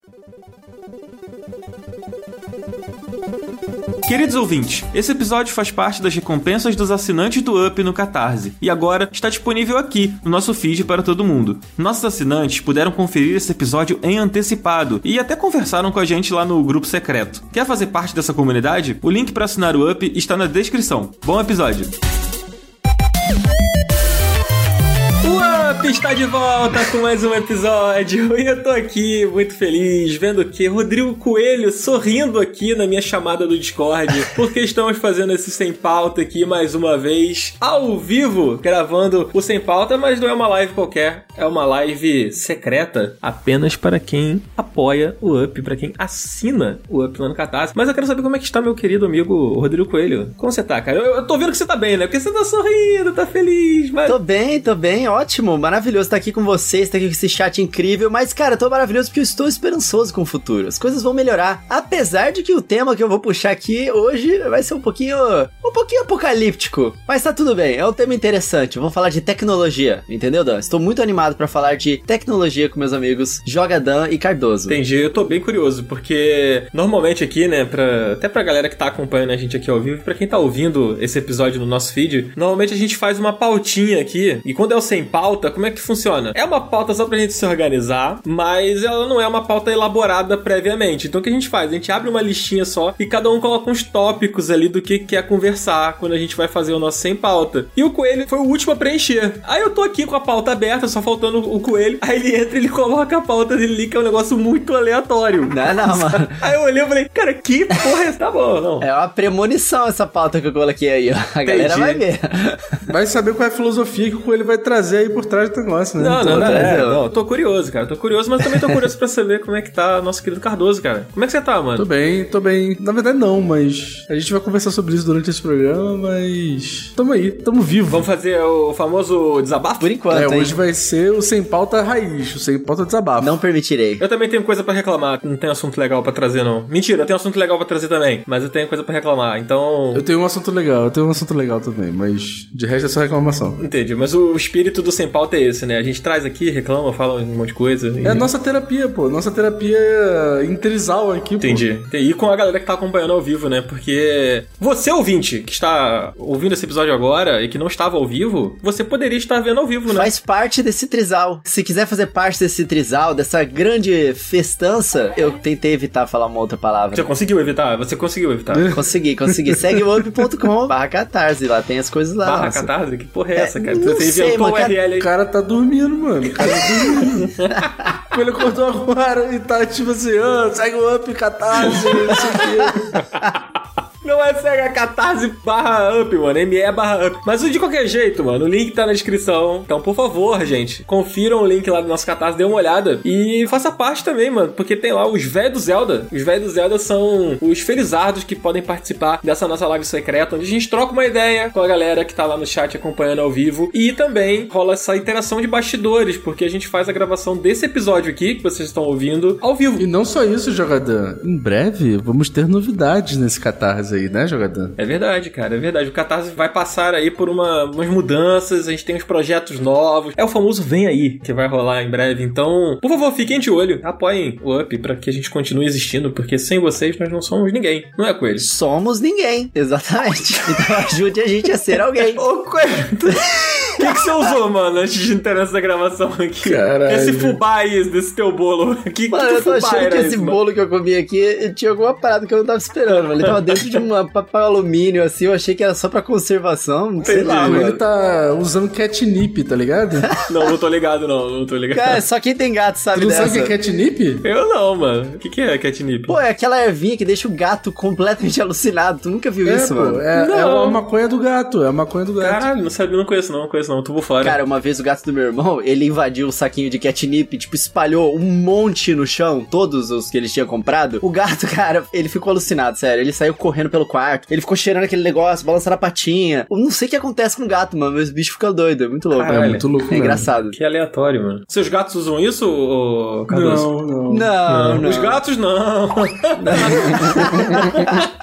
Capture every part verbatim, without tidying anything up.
Queridos ouvintes, esse episódio faz parte das recompensas dos assinantes do Up no Catarse e agora está disponível aqui no nosso feed para todo mundo. Nossos assinantes puderam conferir esse episódio em antecipado e até conversaram com a gente lá no grupo secreto. Quer fazer parte dessa comunidade? O link para assinar o Up está na descrição. Bom episódio! O Up está de volta com mais um episódio e eu tô aqui muito feliz vendo que Rodrigo Coelho sorrindo aqui na minha chamada do Discord porque estamos fazendo esse Sem Pauta aqui mais uma vez ao vivo, gravando o Sem Pauta, mas não é uma live qualquer, é uma live secreta apenas para quem apoia o Up, para quem assina o Up lá no Catarse. Mas eu quero saber como é que está meu querido amigo Rodrigo Coelho. Como você tá, cara? Eu, eu tô vendo que você tá bem, né? Porque você tá sorrindo, tá feliz, mas... Tô bem, tô bem, ótimo, maravilhoso estar aqui com vocês, estar aqui com esse chat incrível, mas cara, eu tô maravilhoso porque eu estou esperançoso com o futuro, as coisas vão melhorar, apesar de que o tema que eu vou puxar aqui hoje vai ser um pouquinho, um pouquinho apocalíptico, mas tá tudo bem, é um tema interessante, eu vou falar de tecnologia, entendeu, Dan? Estou muito animado pra falar de tecnologia com meus amigos Joga Dan e Cardoso. Entendi, eu tô bem curioso, porque normalmente aqui, né, pra, até pra galera que tá acompanhando a gente aqui ao vivo, pra quem tá ouvindo esse episódio no nosso feed, normalmente a gente faz uma pautinha aqui, e quando é o Sem Pauta, como é que funciona? É uma pauta só pra gente se organizar, mas ela não é uma pauta elaborada previamente. Então o que a gente faz? A gente abre uma listinha só e cada um coloca uns tópicos ali do que quer conversar quando a gente vai fazer o nosso Sem Pauta. E o Coelho foi o último a preencher. Aí eu tô aqui com a pauta aberta, só faltando o Coelho. Aí ele entra e ele coloca a pauta dele ali, que é um negócio muito aleatório. Não, não, mano. Aí eu olhei e falei, cara, que porra é essa? Tá bom, não. É uma premonição essa pauta que eu coloquei aí, ó. A Entendi. galera vai ver. Vai saber qual é a filosofia que o Coelho vai trazer aí por trás do negócio, né? Não, Então, não, não, é, é, não, tô curioso, cara, tô curioso, mas também tô curioso pra saber como é que tá nosso querido Cardoso, cara. Como é que você tá, mano? Tô bem, tô bem. Na verdade não, mas a gente vai conversar sobre isso durante esse programa, mas tamo aí, tamo vivo. Vamos fazer o famoso desabafo? Por enquanto, É, hein? hoje vai ser o Sem Pauta Raiz, o Sem Pauta Desabafo. Não permitirei. Eu também tenho coisa pra reclamar, não tenho assunto legal pra trazer, não. Mentira, eu tenho assunto legal pra trazer também, mas eu tenho coisa pra reclamar, então... Eu tenho um assunto legal, eu tenho um assunto legal também, mas de resto é só reclamação. Entendi, mas o espírito do Sem Pauta é esse, né? A gente traz aqui, reclama, fala um monte de coisa. E... É a nossa terapia, pô, nossa terapia intrisal aqui, pô. Entendi. E com a galera que tá acompanhando ao vivo, né? Porque você, ouvinte, que está ouvindo esse episódio agora e que não estava ao vivo, você poderia estar vendo ao vivo, né? Faz parte desse trisal. Se quiser fazer parte desse trisal, dessa grande festança, eu tentei evitar falar uma outra palavra. Você conseguiu evitar? Você conseguiu evitar? Consegui, consegui. Segue o up ponto com barra catarse, lá tem as coisas lá. Barra nossa. Catarse? Que porra é É, essa, cara? não Você sei, inventou mas o cara- U R L aí. O cara tá dormindo, mano. O cara tá dormindo. Ele acordou agora e tá tipo assim, ah, segue o up, catarse, não sei o quê. Não é Sega Catarse barra up, mano. M E barra up. Mas de qualquer jeito, mano, o link tá na descrição. Então, por favor, gente, confiram o link lá do nosso Catarse, dê uma olhada. E faça parte também, mano, porque tem lá os velhos do Zelda. Os velhos do Zelda são os felizardos que podem participar dessa nossa live secreta, onde a gente troca uma ideia com a galera que tá lá no chat acompanhando ao vivo. E também rola essa interação de bastidores, porque a gente faz a gravação desse episódio aqui, que vocês estão ouvindo, ao vivo. E não só isso, Jogadão. Em breve, vamos ter novidades nesse Catarse aí, né, Jogadão? É verdade, cara, é verdade. O Catarse vai passar aí por uma, umas mudanças, a gente tem uns projetos novos. É o famoso Vem Aí, que vai rolar em breve. Então, por favor, fiquem de olho, apoiem o Up pra que a gente continue existindo, porque sem vocês nós não somos ninguém. Não é, Coelho? Somos ninguém, exatamente. Então ajude a gente a ser alguém. Ô, Coelho! O que, que você usou, mano, antes de entrar nessa gravação aqui? Caralho. Esse fubá aí, desse teu bolo. Que, Mano, que eu tô fubá achando era que esse esse, mano? bolo que eu comi aqui tinha alguma parada que eu não tava esperando, mano. Ele tava dentro de uma papel alumínio, assim, eu achei que era só pra conservação, não sei Entendi, lá, Ele mano. tá usando catnip, tá ligado? Não, não tô ligado, não. Não tô ligado. Cara, só quem tem gato sabe Tu não dessa. sabe o que é catnip? Eu não, mano. O que, que é catnip? Pô, é aquela ervinha que deixa o gato completamente alucinado. Tu nunca viu É, isso, pô, mano? é, é Não. a maconha do gato, é a maconha do gato. Caralho, não sabia, não conheço não, não conheço não. Tu vou fora. Cara, uma vez o gato do meu irmão, ele invadiu o saquinho de catnip, tipo, espalhou um monte no chão, todos os que ele tinha comprado. O gato, cara, ele ficou alucinado, sério. Ele saiu correndo pelo quarto, ele ficou cheirando aquele negócio, balançando a patinha. Eu não sei o que acontece com o gato, mano, mas o bicho fica doido, é muito louco. Caralho, É muito louco É mesmo. engraçado. Que aleatório, mano. Seus gatos usam isso, ô, Cardoso? Não, não. Não, não. Os gatos não.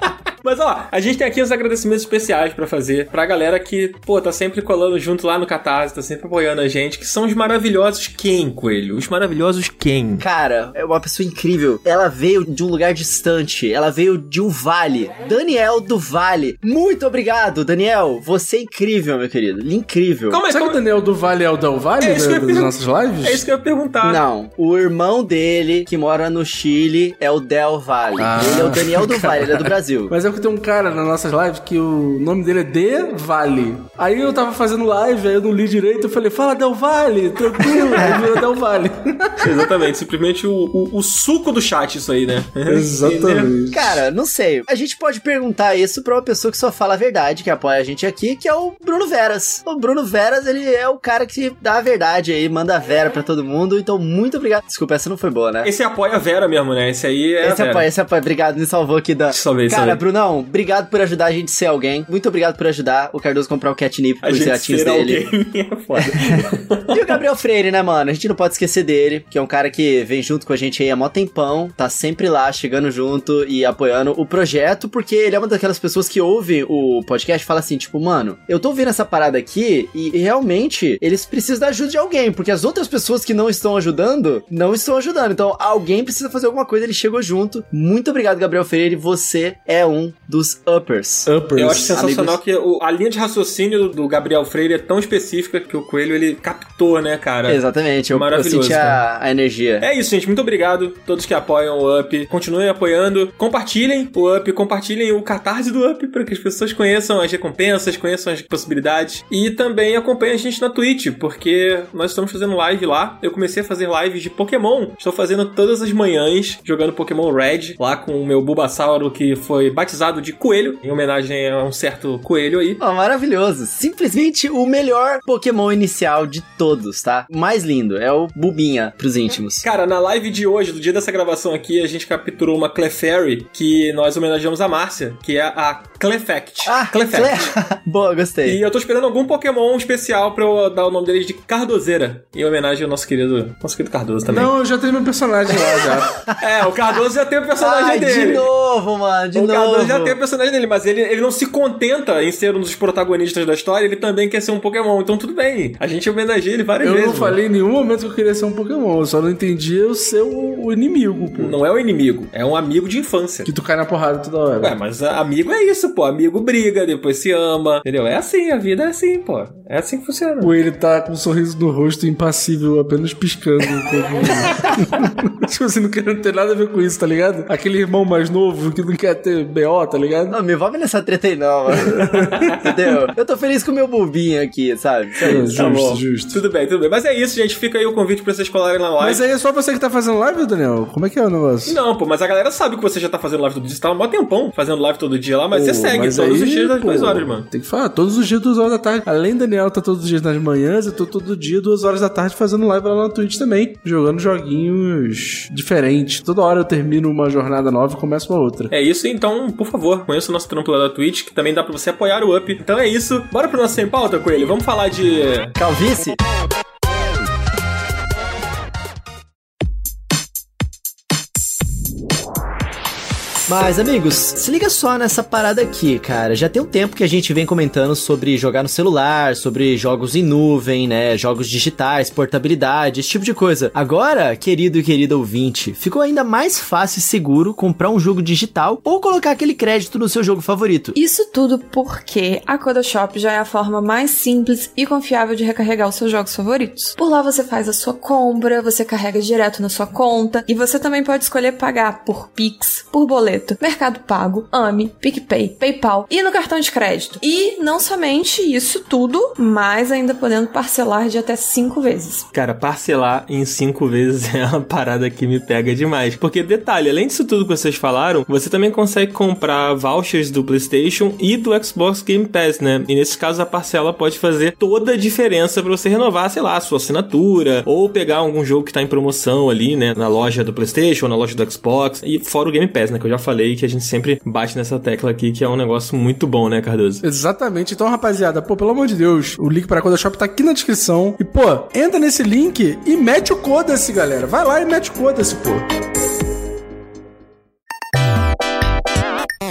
Mas ó, a gente tem aqui os agradecimentos especiais pra fazer pra galera que, pô, tá sempre colando junto lá no Catarse, tá sempre apoiando a gente, que são os maravilhosos quem, Coelho? Os maravilhosos quem? Cara, é uma pessoa incrível. Ela veio de um lugar distante, ela veio de um vale. Daniel do Vale. Muito obrigado, Daniel. Você é incrível, meu querido. Incrível. Como é que o Daniel do Vale é o Del Vale é isso da, que eu das ia nossas lives? É isso que eu ia perguntar. Não, o irmão dele, que mora no Chile, é o Del Vale. Ah, ele é o Daniel do Vale, ele é do Brasil. Mas é porque tem um cara nas nossas lives que o nome dele é De Vale. Aí eu tava fazendo live, aí eu não li direito, eu falei, fala Del Vale, tranquilo, aí virou Del Vale. Exatamente, simplesmente o, o, o suco do chat isso aí, né? Exatamente. Cara, não sei. A gente pode perguntar isso pra uma pessoa que só fala a verdade, que apoia a gente aqui, que é o Bruno Veras. O Bruno Veras, ele é o cara que dá a verdade aí, manda a Vera pra todo mundo, então muito obrigado. Desculpa, essa não foi boa, né? Esse apoia a Vera mesmo, né? Esse aí é Esse a Vera. apoia, esse apoia. Obrigado, me salvou aqui da... Salvei, Cara, salvei. Brunão, obrigado por ajudar a gente a ser alguém. Muito obrigado por ajudar o Cardoso a comprar o catnip A pros gente gatinhos ser dele. alguém é foda. E o Gabriel Freire, né, mano? A gente não pode esquecer dele, que é um cara que vem junto com a gente aí há mó tempão, tá sempre lá, chegando junto e apoiando o projeto, porque ele é uma daquelas pessoas que ouve o podcast e fala assim, tipo, mano, eu tô ouvindo essa parada aqui e, e realmente eles precisam da ajuda de alguém, porque as outras pessoas que não estão ajudando, não estão ajudando. Então, alguém precisa fazer alguma coisa, ele chegou junto. Muito obrigado, Gabriel Freire, você é um dos uppers. Uppers. Eu acho sensacional Amigos. que o, a linha de raciocínio do, do Gabriel Freire é tão específica que o Coelho, ele captou, né, cara? Exatamente, eu, eu Maravilhoso, senti a, a energia. É isso, gente. Muito obrigado. Todos que apoiam o Up. Continuem apoiando. Compartilhem o Up. Compartilhem o Catarse do Up para que as pessoas conheçam as recompensas, conheçam as possibilidades. E também acompanhem a gente na Twitch, porque nós estamos fazendo live lá. Eu comecei a fazer lives de Pokémon. Estou fazendo todas as manhãs, jogando Pokémon Red, lá com o meu Bulbasauro, que foi batizado de Coelho, em homenagem a um certo coelho aí. Oh, maravilhoso. Simplesmente o melhor Pokémon inicial de todos, tá? O mais lindo. É o Bubinha pros íntimos. Cara, na live de hoje, do dia dessa gravação aqui, a gente capturou uma Clefairy que nós homenageamos a Márcia, que é a Clefect. Ah, Clefect. Cle... Boa, gostei. E eu tô esperando algum Pokémon especial pra eu dar o nome deles de Cardozeira, em homenagem ao nosso querido, nosso querido Cardoso também. Não, eu já tenho meu personagem lá já. É, o Cardoso já tem o personagem Ai, dele. de novo, mano, de o novo. O Cardoso já tem o personagem dele, mas ele, ele não se contenta em ser um dos protagonistas da história, ele também quer ser um Pokémon, então tudo bem. A gente homenageia ele várias Eu vezes. não mano. falei em nenhum momento que eu queria ser um Pokémon, eu só não entendi eu ser o, o inimigo, pô. Não é o inimigo, é um amigo de infância. Que tu cai na porrada toda hora. Ué, mas a- amigo é isso, pô. Amigo briga, depois se ama, entendeu? É assim, a vida é assim, pô. É assim que funciona. Ou ele tá com um sorriso no rosto impassível, apenas piscando. como- tipo assim, não querendo ter nada a ver com isso, tá ligado? Aquele irmão mais novo que não quer ter B O, tá ligado? Não, me envolve nessa treta aí não, mano. Entendeu? Eu tô feliz com o meu Bubinha aqui, sabe? Isso aí, Justo, tá bom. justo. Tudo bem, tudo bem. Mas é isso, gente. Fica aí o convite pra vocês colarem na live. Mas aí é só você que tá fazendo live, Daniel? Como é que é o negócio? Não, pô, mas a galera sabe que você já tá fazendo live todo dia. Você tá um mó tempão fazendo live todo dia lá, mas Pô, você segue mas todos aí, os dias das pô, duas horas, mano. Tem que falar, todos os dias, duas horas da tarde. Além do Daniel tá todos os dias nas manhãs, eu tô todo dia, duas horas da tarde, fazendo live lá na Twitch também. Jogando joguinhos diferentes. Toda hora eu termino uma jornada nova e começo uma outra. É isso, então, por favor, conheça o nosso trampo lá da Twitch, que também dá pra você apoiar o Up. Então é isso. Bora pro nosso Sem Pauta, Coelho. Vamos falar de... Calvície? Mas, amigos, se liga só nessa parada aqui, cara. Já tem um tempo que a gente vem comentando sobre jogar no celular, sobre jogos em nuvem, né? Jogos digitais, portabilidade, esse tipo de coisa. Agora, querido e querida ouvinte, ficou ainda mais fácil e seguro comprar um jogo digital ou colocar aquele crédito no seu jogo favorito. Isso tudo porque a Codoshop já é a forma mais simples e confiável de recarregar os seus jogos favoritos. Por lá você faz a sua compra, você carrega direto na sua conta e você também pode escolher pagar por Pix, por boleto, Mercado Pago, Ame, PicPay, PayPal e no cartão de crédito. E não somente isso tudo, mas ainda podendo parcelar de até cinco vezes. Cara, parcelar em cinco vezes é uma parada que me pega demais. Porque, detalhe, além disso tudo que vocês falaram, você também consegue comprar vouchers do PlayStation e do Xbox Game Pass, né? E nesse caso a parcela pode fazer toda a diferença pra você renovar, sei lá, a sua assinatura, ou pegar algum jogo que tá em promoção ali, né? Na loja do PlayStation, ou na loja do Xbox, e fora o Game Pass, né? Que eu já falei que a gente sempre bate nessa tecla aqui, que é um negócio muito bom, né, Cardoso? Exatamente. Então, rapaziada, pô, pelo amor de Deus, o link para a Codoshop tá aqui na descrição. E, pô, entra nesse link e mete o Coda-se, galera. Vai lá e mete o Coda-se, pô. Eu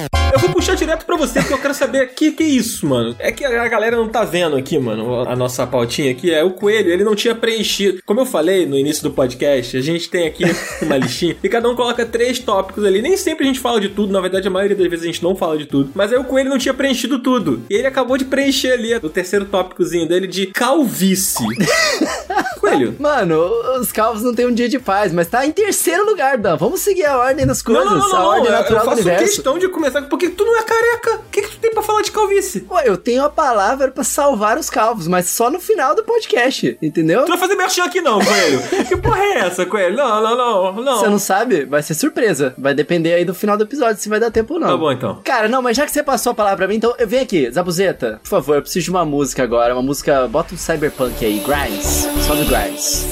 vou puxar direto pra você, porque eu quero saber que que é isso, mano. É que a galera não tá vendo aqui, mano, a nossa pautinha aqui. É o Coelho, ele não tinha preenchido. Como eu falei no início do podcast, a gente tem aqui uma listinha e cada um coloca três tópicos ali. Nem sempre a gente fala de tudo, na verdade a maioria das vezes a gente não fala de tudo. Mas aí o Coelho não tinha preenchido tudo. E ele acabou de preencher ali o terceiro tópicozinho dele de calvície. Coelho. Mano, os calvos não tem um dia de paz, mas tá em terceiro lugar, Dan. Vamos seguir a ordem das coisas, não, não, não, a ordem não, natural eu faço do universo. questão de começar, porque tu não é careca. O que, que tu tem pra falar de calvície? Ué, eu tenho a palavra pra salvar os calvos, mas só no final do podcast, entendeu? Tu não vai fazer merchan aqui não, Coelho. Que porra é essa, Coelho? Não, não, não, não. Você não sabe? Vai ser surpresa. Vai depender aí do final do episódio, se vai dar tempo ou não. Tá bom, então. Cara, não, mas já que você passou a palavra pra mim, então vem aqui, Zabuzeta, por favor, eu preciso de uma música agora, uma música, bota um cyberpunk aí, Grimes, sobe Grimes.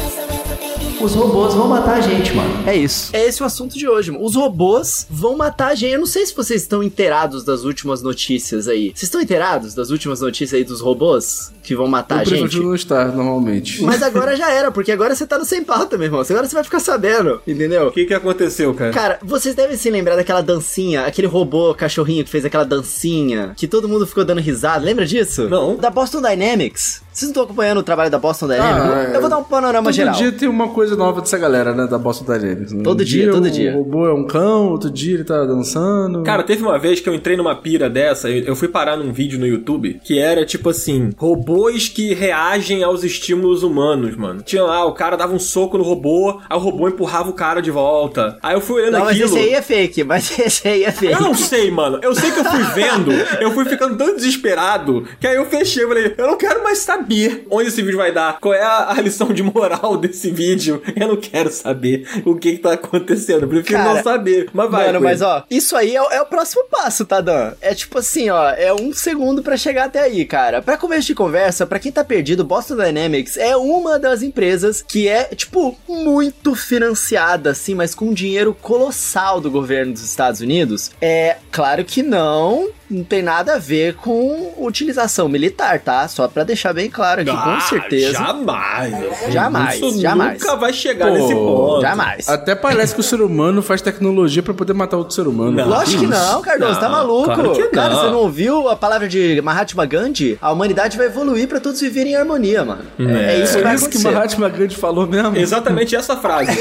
Os robôs vão matar a gente, mano. É isso. É esse o assunto de hoje, mano. Os robôs vão matar a gente. Eu não sei se vocês estão inteirados das últimas notícias aí. Vocês estão inteirados das últimas notícias aí dos robôs que vão matar eu a gente? Eu prefiro não estar, normalmente. Mas agora já era, porque agora você tá no Sem Pauta, meu irmão. Agora você vai ficar sabendo, entendeu? O que que aconteceu, cara? Cara, vocês devem se lembrar daquela dancinha, aquele robô cachorrinho que fez aquela dancinha, que todo mundo ficou dando risada. Lembra disso? Não. Da Boston Dynamics. Vocês não estão acompanhando o trabalho da Boston Dynamics? Ah, eu vou dar um panorama todo geral. Todo dia tem uma coisa nova dessa galera, né, da Boston Dynamics. Um todo dia, dia todo o dia. O robô é um cão, outro dia ele tá dançando. Cara, teve uma vez que eu entrei numa pira dessa, eu fui parar num vídeo no YouTube, que era tipo assim, robôs que reagem aos estímulos humanos, mano. Tinha lá, o cara dava um soco no robô, aí o robô empurrava o cara de volta. Aí eu fui olhando não, aquilo... Não, mas esse aí é fake, mas esse aí é fake. Eu não sei, mano. Eu sei que eu fui vendo, eu fui ficando tão desesperado, que aí eu fechei, eu falei, eu não quero mais saber onde esse vídeo vai dar, qual é a, a lição de moral desse vídeo. Eu não quero saber o que que tá acontecendo, eu prefiro cara, não saber. Mas vai, mano, mas ó, isso aí é, é o próximo passo, tá, Dan? É tipo assim, ó, é um segundo pra chegar até aí, cara. Pra começo de conversa, pra quem tá perdido, Boston Dynamics é uma das empresas que é, tipo, muito financiada, assim, mas com dinheiro colossal do governo dos Estados Unidos. É, claro que não... Não tem nada a ver com utilização militar, tá? Só pra deixar bem claro aqui, ah, com certeza. Jamais. Jamais, Isso jamais. nunca vai chegar Pô, nesse ponto. Jamais. Até parece que o ser humano faz tecnologia pra poder matar outro ser humano. Não. Lógico que não, Cardoso, não, tá maluco? claro que não. Cara, você não ouviu a palavra de Mahatma Gandhi? A humanidade vai evoluir pra todos viverem em harmonia, mano. É, é isso que Foi vai isso que acontecer. Mahatma Gandhi falou mesmo. Exatamente essa frase.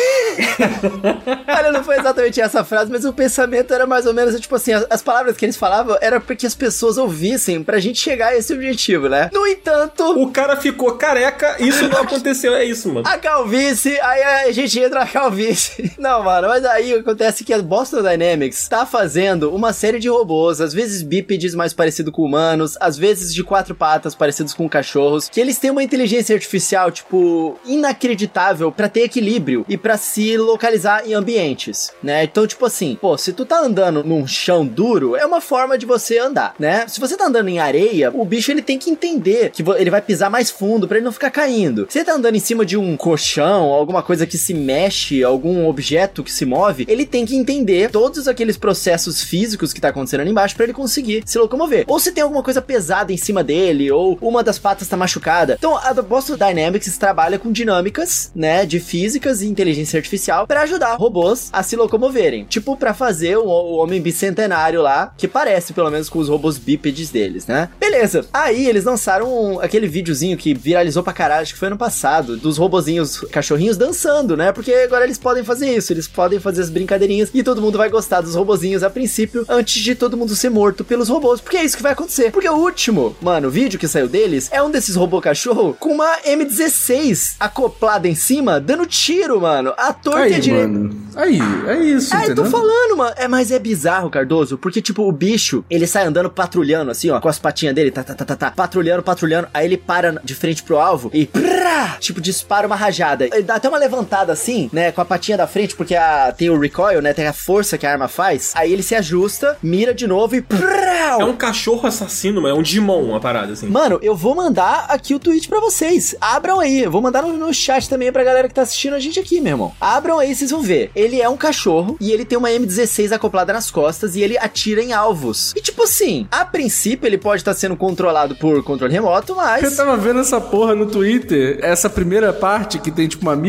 Olha, não foi exatamente essa frase, mas o pensamento era mais ou menos, tipo assim, as, as palavras que eles falavam era porque as pessoas ouvissem pra gente chegar a esse objetivo, né? No entanto... O cara ficou careca, isso não aconteceu, é isso, mano. A calvície, aí a gente entra na calvície. Não, mano, mas aí acontece que a Boston Dynamics tá fazendo uma série de robôs, às vezes bípedes mais parecido com humanos, às vezes de quatro patas parecidos com cachorros, que eles têm uma inteligência artificial, tipo, inacreditável pra ter equilíbrio e pra se localizar em ambientes, né? Então, tipo assim, pô, se tu tá andando num chão duro, é uma forma de você andar, né? Se você tá andando em areia, o bicho ele tem que entender que ele vai pisar mais fundo pra ele não ficar caindo. Se ele tá andando em cima de um colchão, alguma coisa que se mexe, algum objeto que se move, ele tem que entender todos aqueles processos físicos que tá acontecendo ali embaixo pra ele conseguir se locomover. Ou se tem alguma coisa pesada em cima dele, ou uma das patas tá machucada. Então, a Boston Dynamics trabalha com dinâmicas, né, de físicas e inteligência artificial pra ajudar robôs a se locomoverem. Tipo, pra fazer o, o homem bicentenário lá, que parece, pelo menos, com os robôs bípedes deles, né? Beleza. Aí, eles lançaram um, aquele videozinho que viralizou pra caralho, acho que foi ano passado, dos robozinhos cachorrinhos dançando, né? Porque agora eles podem fazer isso, eles podem fazer as brincadeirinhas e todo mundo vai gostar dos robozinhos a princípio, antes de todo mundo ser morto pelos robôs, porque é isso que vai acontecer. Porque o último, mano, vídeo que saiu deles é um desses robô cachorro com uma M dezesseis acoplada em cima, dando tiro, mano. A torta Aí, é direito. mano. Aí, é isso, Aí, entendeu? tô falando, mano. É, mas é bizarro, Cardoso, porque, tipo, o bicho, ele sai andando patrulhando, assim, ó, com as patinhas dele, tá, tá, tá, tá, tá, patrulhando, patrulhando, aí ele para de frente pro alvo e, prá, tipo, dispara uma rajada. Ele dá até uma levantada, assim, né, com a patinha da frente, porque a, tem o recoil, né, tem a força que a arma faz, aí ele se ajusta, mira de novo e, prá. É um cachorro assassino, mano, é um Digimon, uma parada, assim. Mano, eu vou mandar aqui o tweet pra vocês. Abram aí, eu vou mandar no, no chat também pra galera que tá assistindo a gente aqui, meu irmão. Abram aí, vocês vão ver. Ele é um cachorro e ele tem uma M dezesseis acoplada nas costas e ele atira em alvos. E tipo assim, a princípio ele pode estar sendo controlado por controle remoto, mas... Eu tava vendo essa porra no Twitter, essa primeira parte que tem tipo uma mira,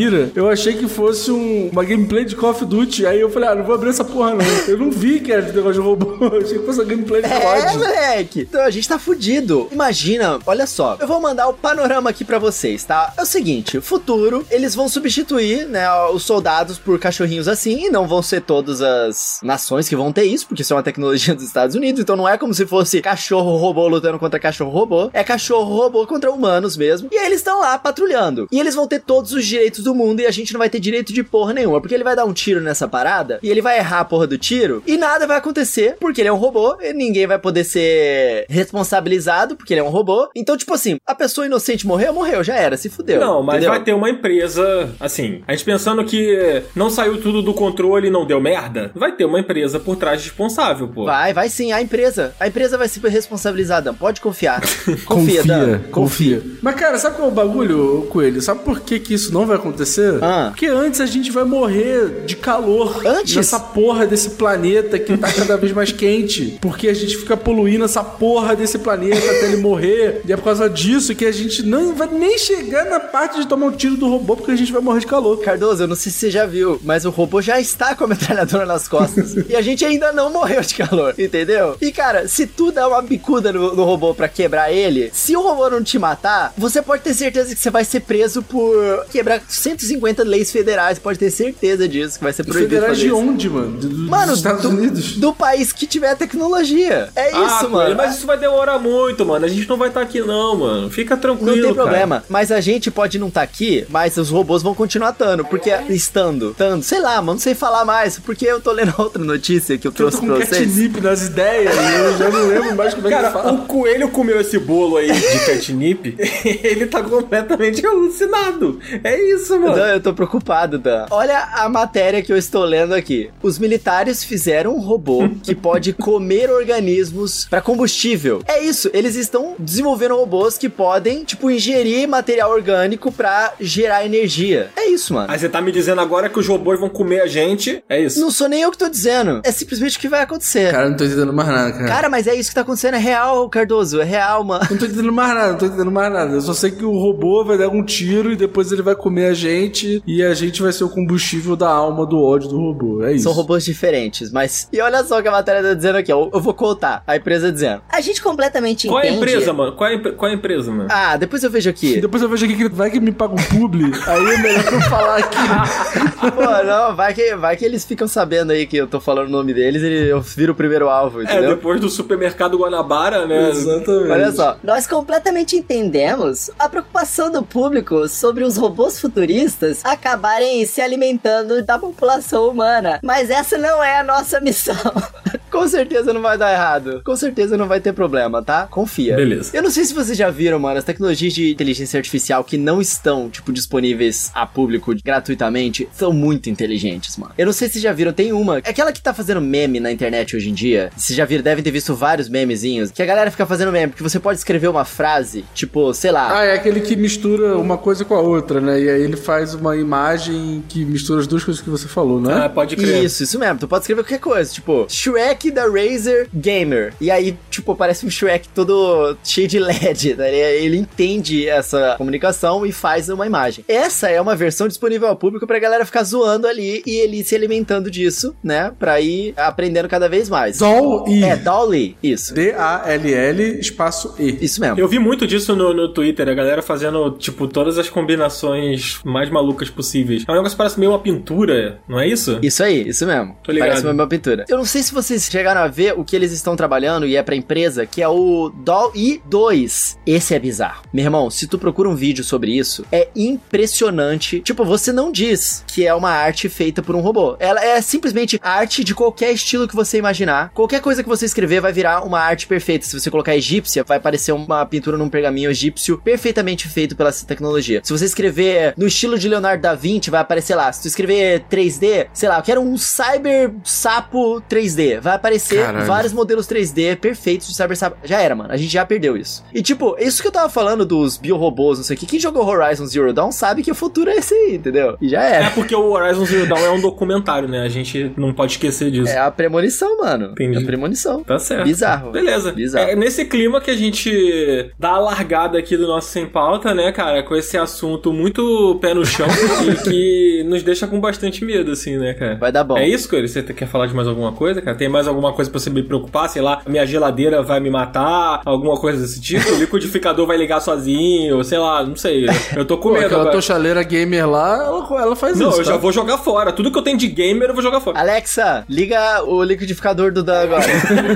mentira, eu achei que fosse um, uma gameplay de Call of Duty. Aí eu falei, ah, não vou abrir essa porra não. Eu não vi que era de negócio de robô. Eu achei que fosse uma gameplay de C O D. É, moleque. Então a gente tá fudido. Imagina, olha só. Eu vou mandar o panorama aqui pra vocês, tá? É o seguinte, futuro, eles vão substituir, né, os soldados por cachorrinhos assim, e não vão ser todas as nações que vão ter isso, porque isso é uma tecnologia dos Estados Unidos, então não é como se fosse cachorro-robô lutando contra cachorro-robô, é cachorro-robô contra humanos mesmo, e aí eles estão lá patrulhando. E eles vão ter todos os direitos do mundo, e a gente não vai ter direito de porra nenhuma, porque ele vai dar um tiro nessa parada, e ele vai errar a porra do tiro, e nada vai acontecer, porque ele é um robô, e ninguém vai poder ser responsabilizado, porque ele é um robô. Então, tipo assim, a pessoa inocente morreu, morreu, já era, se fudeu. Não, mas entendeu? vai ter uma empresa, assim, a gente pensando que não saiu tudo do controle e não deu merda, vai ter uma empresa por trás responsável, pô. Vai, vai sim, a empresa. A empresa vai ser responsabilizada, pode confiar. Confia, Confia, Dan. confia. Mas, cara, sabe qual é o bagulho, Coelho? Sabe por que que isso não vai acontecer? Ah. Porque antes a gente vai morrer de calor. Antes? Nessa porra desse planeta que tá cada vez mais quente. Porque a gente fica poluindo essa porra desse planeta até ele morrer. E é por causa disso que a gente não vai nem chegar na parte de tomar um tiro do robô, porque a gente vai morrer de calor. Cardoso, eu não sei se você já viu, mas o robô já está com a metralhadora nas costas. E a gente ainda não morreu de calor, entendeu? E, cara, se tu dá uma bicuda no, no robô pra quebrar ele, se o robô não te matar, você pode ter certeza que você vai ser preso por quebrar cento e cinquenta leis federais. Pode ter certeza disso, que vai ser proibido Federais fazer de isso. onde, mano? Do, do, Mano, dos Estados do, Unidos? do país que tiver tecnologia. É Ah, isso, Coelho, mano. mas isso vai demorar muito, mano. A gente não vai estar aqui não, mano. Fica tranquilo, Não tem cara. problema, mas a gente pode não estar aqui, mas os robôs vão continuar estando, porque estando, estando, sei lá, mano, não sei falar mais, porque eu tô lendo outra notícia que eu Eu trouxe tô com pra vocês. catnip nas ideias e eu já não lembro mais como é que Cara, fala. o Coelho comeu esse bolo aí de catnip, ele tá completamente alucinado. É isso, mano. Dan, eu tô preocupado, Dan. Olha a matéria que eu estou lendo aqui. Os militares fizeram um robô que pode comer organismos pra combustível. É isso, eles estão desenvolvendo robôs que podem, tipo, ingerir material orgânico pra gerar energia. É isso, mano. Aí você tá me dizendo agora que os robôs vão comer a gente? É isso. Não sou nem eu que tô dizendo. É simplesmente o que vai acontecer. Cara, não tô entendendo mais nada, cara. Cara, mas é isso que tá acontecendo. É real, Cardoso. É real, mano. Não tô entendendo mais nada, não tô entendendo mais nada. Eu só sei que o robô vai dar um tiro e depois ele vai comer a gente e a gente vai ser o combustível da alma do ódio do robô. É isso. São robôs diferentes, mas... E olha só o que a matéria tá dizendo aqui, ó. Eu vou contar. A empresa dizendo. A gente completamente Qual é a entende... empresa, mano? Qual é a, empre- qual é a empresa, mano? Ah, depois eu vejo aqui. Depois eu vejo aqui que vai que me paga um publi, aí é melhor eu falar aqui. Pô, não, vai que, vai que eles ficam sabendo aí que eu tô falando o nome deles e eu viro o primeiro alvo, É, entendeu? depois do supermercado Guanabara, né? Exatamente. Olha só. Nós completamente entendemos a preocupação do público sobre os robôs futuristas acabarem se alimentando da população humana. Mas essa não é a nossa missão. Com certeza não vai dar errado. Com certeza não vai ter problema, tá? Confia. Beleza. Eu não sei se vocês já viram, mano, as tecnologias de inteligência artificial que não estão, tipo, disponíveis a público gratuitamente, são muito inteligentes, mano. Eu não sei se vocês já viram, tem uma, aquela que tá fazendo meme na internet hoje em dia. Vocês já viram, devem ter visto vários memezinhos, que a galera fica fazendo meme, porque você pode escrever uma frase, tipo, sei lá... Ah, é aquele que mistura uma coisa com a outra, né? E aí ele faz uma imagem que mistura as duas coisas que você falou, né? Ah, pode crer. Isso, isso mesmo. Tu pode escrever qualquer coisa, tipo, Shrek da Razer Gamer. E aí, tipo, parece um Shrek todo cheio de L E D, né? Ele entende essa comunicação e faz uma imagem. Essa é uma versão disponível ao público pra galera ficar zoando ali e ele se alimentando disso, né? Pra ir aprendendo cada vez mais. Doll-E. É, Dolly. Isso. D A L L espaço E. Isso mesmo. Eu vi muito disso no, no Twitter, a galera fazendo, tipo, todas as combinações mais malucas possíveis. É um negócio que parece meio uma pintura, não é isso? Isso aí, isso mesmo. Tô ligado. Parece uma mesma pintura. Eu não sei se vocês chegaram a ver o que eles estão trabalhando e é pra empresa, que é o Doll-E dois. Esse é bizarro. Meu irmão, se tu procura um vídeo sobre isso, é impressionante. Tipo, você não diz que é uma arte feita por um robô. Ela é simplesmente arte de qualquer estilo que você imaginar. Qualquer coisa que você escrever vai virar uma arte perfeita. Se você colocar egípcia, vai parecer uma pintura num pergaminho egípcio perfeitamente feito pela tecnologia. Se você escrever no estilo de Leonardo da Vinci, vai aparecer lá. Se tu escrever três D, sei lá, eu quero um cyber sapo três D, vai aparecer aparecer Caralho. vários modelos três D perfeitos de Cyber Cyber. Já era, mano. A gente já perdeu isso. E tipo, isso que eu tava falando dos biorobôs, não sei o que. Quem jogou Horizon Zero Dawn sabe que o futuro é esse aí, entendeu? E já era. É porque o Horizon Zero Dawn é um documentário, né? A gente não pode esquecer disso. É a premonição, mano. Entendi. É a premonição. Tá certo. Bizarro. Beleza. Bizarro. É nesse clima que a gente dá a largada aqui do nosso Sem Pauta, né, cara? Com esse assunto muito pé no chão e que nos deixa com bastante medo, assim, né, cara? Vai dar bom. É isso, Coelho? Você quer falar de mais alguma coisa, cara? Tem mais alguma coisa pra você me preocupar? Sei lá, minha geladeira vai me matar? Alguma coisa desse tipo? O liquidificador vai ligar sozinho? Sei lá, não sei. Eu tô com Pô, medo aquela agora. tochaleira gamer lá, ela, ela faz Não, isso, eu tá? já vou jogar fora. Tudo que eu tenho de gamer eu vou jogar fora. Alexa, liga o liquidificador do Dan agora.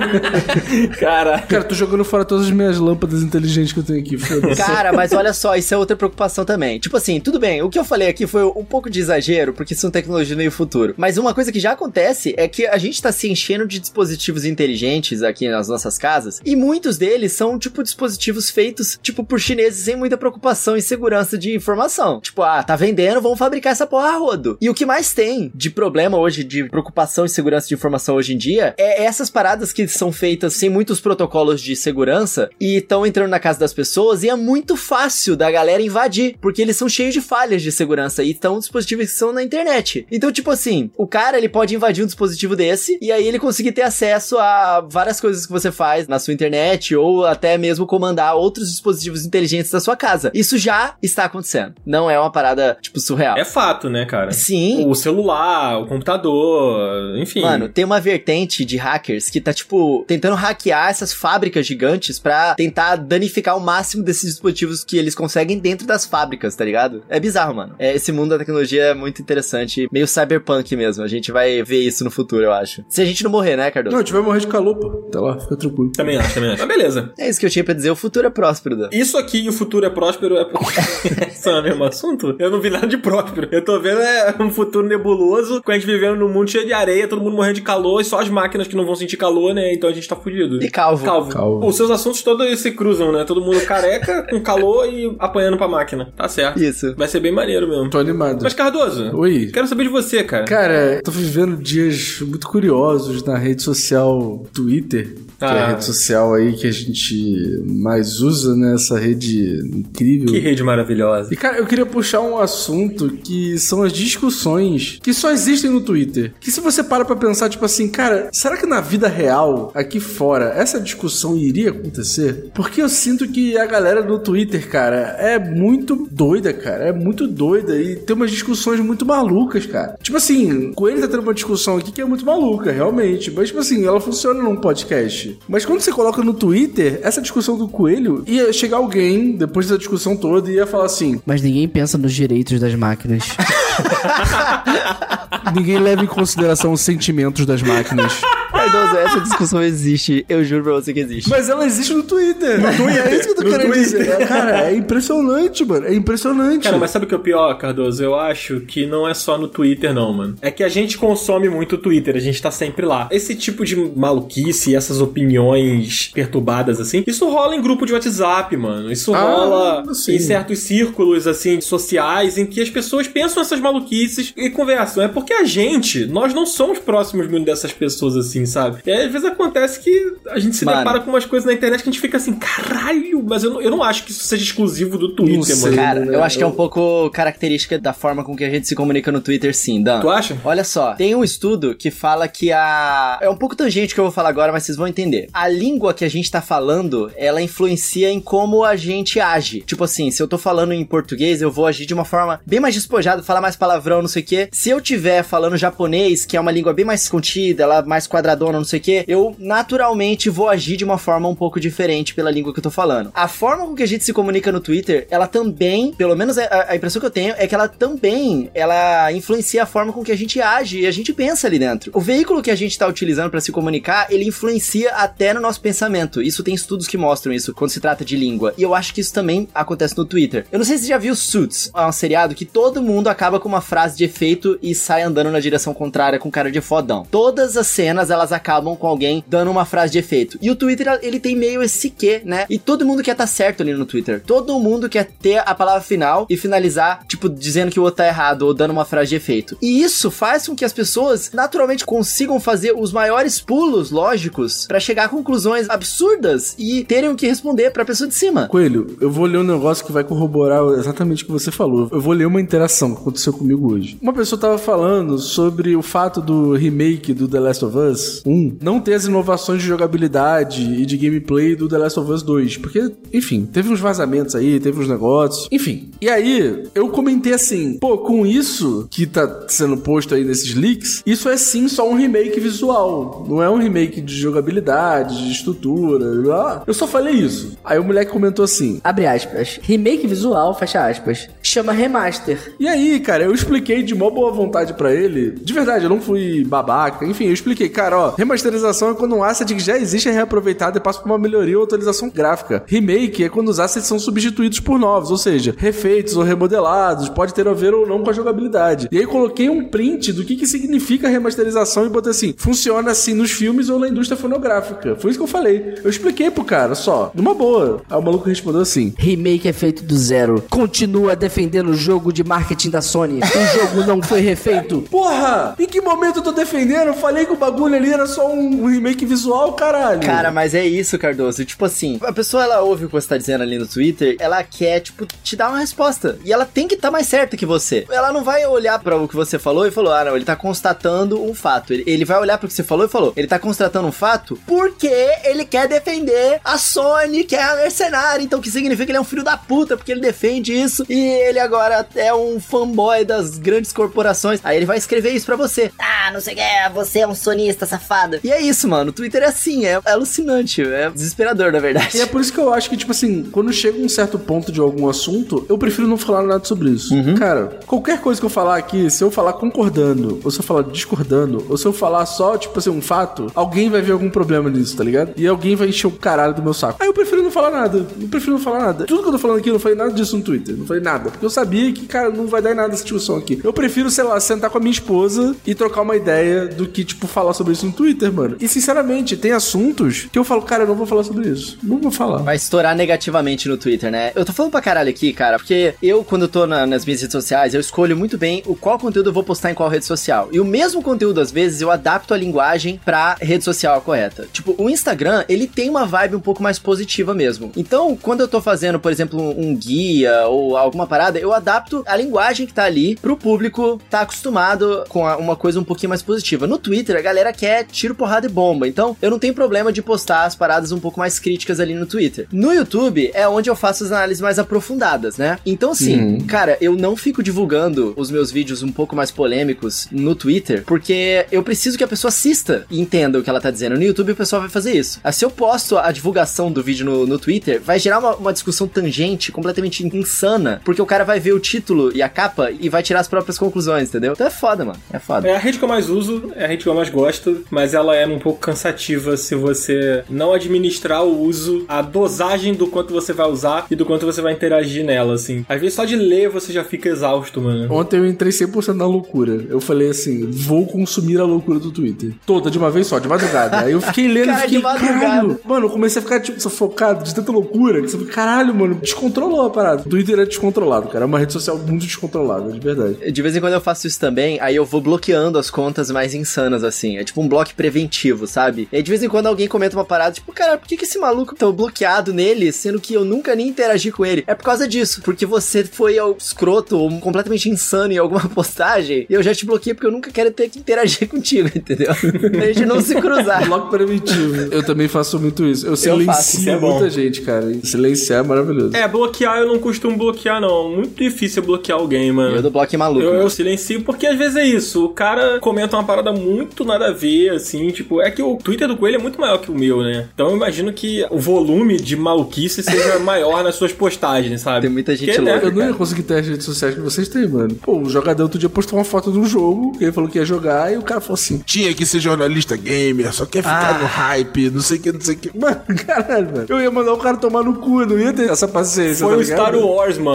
Cara. Cara, tô jogando fora todas as minhas lâmpadas inteligentes que eu tenho aqui, foda-se. Cara, mas olha só, isso é outra preocupação também. Tipo assim, tudo bem, o que eu falei aqui foi um pouco de exagero, porque são tecnologias meio futuro. Mas uma coisa que já acontece é que a gente tá se enchendo de dispositivos inteligentes aqui nas nossas casas, e muitos deles são, tipo, dispositivos feitos, tipo, por chineses sem muita preocupação e segurança de informação. Tipo, ah, tá vendendo, vamos fabricar essa porra a rodo. E o que mais tem de problema hoje, de preocupação e segurança de informação hoje em dia, é essas paradas que são feitas sem muitos protocolos de segurança e estão entrando na casa das pessoas, e é muito fácil da galera invadir, porque eles são cheios de falhas de segurança e estão dispositivos que são na internet. Então, tipo assim, o cara, ele pode invadir um dispositivo desse e aí ele conseguir ter acesso a várias coisas que você faz na sua internet ou até mesmo comandar outros dispositivos inteligentes da sua casa. Isso já está acontecendo. Não é uma parada, tipo, surreal. É fato, né, cara? Sim. O celular, o computador, enfim. Mano, tem uma vertente de hackers que tá, tipo, tentando hackear essas fábricas gigantes pra tentar danificar o máximo desses dispositivos que eles conseguem dentro das fábricas, tá ligado? É bizarro, mano. É, esse mundo da tecnologia é muito interessante, meio cyberpunk mesmo. A gente vai ver isso no futuro, eu acho. Se a gente não morrer, né, Cardoso? Não, a gente vai morrer de calor, pô. Até lá, fica tranquilo. Também acho, também acho. Mas beleza. É isso que eu tinha pra dizer, o futuro é próspero, Dan. Isso aqui e o futuro é próspero é... Isso é o mesmo assunto? Eu não vi nada de próspero. Eu tô vendo é um futuro nebuloso, com a gente vivendo num mundo cheio de areia, todo mundo morrendo de calor e só as máquinas que não vão sentir calor, né? Então a gente tá fudido. E calvo. Calvo. Calvo. Os seus assuntos todos se cruzam, né? Todo mundo careca, com calor e apanhando pra máquina. Tá certo. Isso. Vai ser bem maneiro mesmo. Tô animado. Mas, Cardoso, Oi. quero saber de você, cara. Cara, tô vivendo dias muito curiosos na rede social Twitter, que Ah. é a rede social aí que a gente mais usa, né? Essa rede incrível. Que rede maravilhosa. E, cara, eu queria puxar um assunto que são as discussões que só existem no Twitter. Que se você para pra pensar, tipo assim, cara, será que na vida real, aqui fora, essa discussão iria acontecer? Porque eu sinto que a galera do Twitter, cara, é muito doida, cara. É muito doida e tem umas discussões muito malucas, cara. Tipo assim, o Coelho tá tendo uma discussão aqui que é muito maluca, realmente. Mas, tipo assim, ela funciona num podcast. Mas quando você coloca no Twitter, essa discussão do Coelho, ia chegar alguém, depois dessa discussão toda, e ia falar assim... Mas ninguém pensa nos direitos das máquinas. Ninguém leva em consideração os sentimentos das máquinas. Cardoso, essa discussão existe. Eu juro pra você que existe. Mas ela existe no Twitter. No Twitter. É isso que eu tô No querendo Twitter. dizer. Cara, é impressionante, mano. É impressionante. Cara, mas sabe o que é o pior, Cardoso? Eu acho que não é só no Twitter, não, mano. É que a gente consome muito o Twitter, a gente tá sempre lá. Esse tipo de maluquice, essas opiniões perturbadas, assim, isso rola em grupo de WhatsApp, mano. Isso Ah, rola sim. em certos círculos, assim, sociais, em que as pessoas pensam essas maluquices e conversam. É porque a gente, nós não somos próximos muito dessas pessoas, assim, sabe? E aí, às vezes acontece que a gente se Mano. depara com umas coisas na internet que a gente fica assim, caralho, mas eu não, eu não acho que isso seja exclusivo do Twitter, Não sei. mano. Cara, né? eu acho que é um pouco característica da forma com que a gente se comunica no Twitter, sim, Dan. Tu acha? Olha só, tem um estudo que fala que a... É um pouco tangente que eu vou falar agora, mas vocês vão entender. A língua que a gente tá falando, ela influencia em como a gente age. Tipo assim, se eu tô falando em português, eu vou agir de uma forma bem mais despojada, falar mais palavrão, não sei o quê. Se eu tiver falando japonês, que é uma língua bem mais contida, ela mais quadradona, não sei o quê, eu naturalmente vou agir de uma forma um pouco diferente pela língua que eu tô falando. A forma com que a gente se comunica no Twitter, ela também, pelo menos a, a impressão que eu tenho, é que ela também, ela influencia a forma com que a gente age e a gente pensa ali dentro. O veículo que a gente tá utilizando pra se comunicar, ele influencia até no nosso pensamento. Isso tem estudos que mostram isso quando se trata de língua. E eu acho que isso também acontece no Twitter. Eu não sei se você já viu Suits, é um seriado que todo mundo acaba com uma frase de efeito e sai andando na direção contrária com cara de fodão. Todas as cenas, elas acabam com alguém dando uma frase de efeito. E o Twitter, ele tem meio esse quê, né? E todo mundo quer estar tá certo ali no Twitter. Todo mundo quer ter a palavra final e finalizar, tipo, dizendo que o outro tá errado ou dando uma frase de efeito. E isso faz com que as pessoas naturalmente consigam fazer os maiores pulos lógicos pra chegar a conclusões absurdas e terem o que responder pra pessoa de cima. Coelho, eu vou ler um negócio que vai corroborar exatamente o que você falou. Eu vou ler uma interação que aconteceu comigo hoje. Uma pessoa tava falando sobre o fato do remake do The Last of Us um não ter as inovações de jogabilidade e de gameplay do The Last of Us dois. Porque, enfim, teve uns vazamentos aí, teve uns negócios. Enfim. E aí, eu comentei assim, pô, com isso que tá sendo posto aí nesses leaks, isso é sim só um remake visual. Não é um remake de jogabilidade, de estrutura. Blá. Eu só falei isso. Aí o moleque comentou assim, abre aspas, remake visual, fecha aspas, chama remaster. E aí, cara, eu expliquei de mó boa vontade pra ele. De verdade, eu não fui babaca. Enfim, eu expliquei, cara, ó, remasterização é quando um asset que já existe é reaproveitado e passa por uma melhoria ou atualização gráfica. Remake é quando os assets são substituídos por novos, ou seja, refeitos ou remodelados, pode ter a ver ou não com a jogabilidade. E aí coloquei um print do que que significa remasterização e botei assim, funciona assim nos filmes ou na indústria fonográfica. Foi isso que eu falei. Eu expliquei pro cara, só, numa boa. Aí o maluco respondeu assim, remake é feito do zero. Continua defendendo o jogo de marketing da Sony. O jogo não foi refeito. Porra! Em que momento eu tô defendendo? Eu falei que o bagulho ali era só um remake visual, caralho. Cara, mas é isso, Cardoso. Tipo assim, a pessoa, ela ouve o que você tá dizendo ali no Twitter, ela quer, tipo, te dar uma resposta. E ela tem que estar tá mais certa que você. Ela não vai olhar pra o que você falou e falou, ah, não, ele tá constatando um fato. Ele, ele vai olhar pro que você falou e falou, ele tá constatando um fato porque ele quer defender a Sony, que é a mercenária. Então, o que significa que ele é um filho da puta, porque ele defende isso e ele agora é um fanboy das grandes corporações. Aí ele vai escrever isso pra você. Ah, não sei o que, você é um sonista safado. E é isso, mano. O Twitter é assim, é, é alucinante, é desesperador, na verdade. E é por isso que eu acho que, tipo assim, quando chega um certo ponto de algum assunto, eu prefiro não falar nada sobre isso. Uhum. Cara, qualquer coisa que eu falar aqui, se eu falar concordando, ou se eu falar discordando, ou se eu falar só, tipo assim, um fato, alguém vai ver algum problema nisso, tá ligado? E alguém vai encher o caralho do meu saco. Aí eu prefiro não falar nada. Eu prefiro não falar nada. Tudo que eu tô falando aqui, eu não falei nada disso no Twitter. Não falei nada. Porque eu sabia que, cara, não vai dar em nada essa discussão aqui. Eu prefiro, sei lá, sentar com a minha esposa e trocar uma ideia do que, tipo, falar sobre isso no Twitter, mano. E, sinceramente, tem assuntos que eu falo, cara, eu não vou falar sobre isso. Não vou falar. Vai estourar negativamente no Twitter, né? Eu tô falando pra caralho aqui, cara, porque eu, quando eu tô na, nas minhas redes sociais, eu escolho muito bem o qual conteúdo eu vou postar em qual rede social. E o mesmo conteúdo, às vezes, eu adapto a linguagem pra rede social correta. Tipo, o Instagram, ele tem uma vibe um pouco mais positiva mesmo. Então, quando eu tô fazendo, por exemplo, um guia ou alguma parada, eu adapto a linguagem que tá ali pro público tá acostumado com a, uma coisa um pouquinho mais positiva. No Twitter, a galera quer tiro, porrada e bomba. Então, eu não tenho problema de postar as paradas um pouco mais críticas ali no Twitter. No YouTube, é onde eu faço as análises mais aprofundadas, né? Então, sim, uhum. cara, eu não fico divulgando os meus vídeos um pouco mais polêmicos no Twitter, porque eu preciso que a pessoa assista e entenda o que ela tá dizendo. No YouTube, o pessoal vai fazer isso. Se eu posto a divulgação do vídeo no, no Twitter, vai gerar uma, uma discussão tangente completamente insana, porque o cara vai ver o título e a capa e vai tirar as próprias conclusões, entendeu? Então é foda, mano. É foda. É a rede que eu mais uso, é a rede que eu mais gosto, mas ela é um pouco cansativa se você não administrar o uso, a dosagem do quanto você vai usar e do quanto você vai interagir nela, assim. Às vezes só de ler você já fica exausto, mano. Ontem eu entrei cem por cento na loucura. Eu falei assim, vou consumir a loucura do Twitter. Toda, de uma vez só, de madrugada. Aí eu fiquei lendo e fiquei, caralho. Mano, eu comecei a ficar, tipo, sufocado de tanta loucura, que você fica, caralho, mano, descontrolou a parada. O Twitter é descontrolado, cara. É uma rede social muito descontrolada, de verdade. De vez em quando eu faço isso também, aí eu vou bloqueando as contas mais insanas, assim. É tipo um bloco preventivo, sabe? E aí de vez em quando alguém comenta uma parada, tipo, cara, por que que esse maluco tá bloqueado nele, sendo que eu nunca nem interagi com ele? É por causa disso, porque você foi ao escroto ou completamente insano em alguma postagem, e eu já te bloqueei porque eu nunca quero ter que interagir contigo, entendeu? A gente não se cruzar. Bloco preventivo. Eu também faço muito isso. Eu silencio eu é muita gente, cara. Silenciar é maravilhoso. É, bloquear eu não costumo bloquear, não. Muito difícil bloquear alguém, mano. Eu dou bloco maluco. Eu, eu silencio porque às vezes é isso. O cara comenta uma parada muito nada a ver, assim, tipo, é que o Twitter do Coelho é muito maior que o meu, né? Então eu imagino que o volume de maluquice seja maior nas suas postagens, sabe? Tem muita gente porque, louca, né? Eu não ia conseguir ter as redes sociais que vocês têm, mano. Pô, o jogador outro dia postou uma foto de um jogo, que ele falou que ia jogar, e o cara falou assim, tinha que ser jornalista gamer, só quer ficar ah. no hype, não sei o que, não sei o que. Mano, caralho, mano. Eu ia mandar o cara tomar no cu, não ia ter essa paciência, Foi tá o Star Wars, mano. Cara,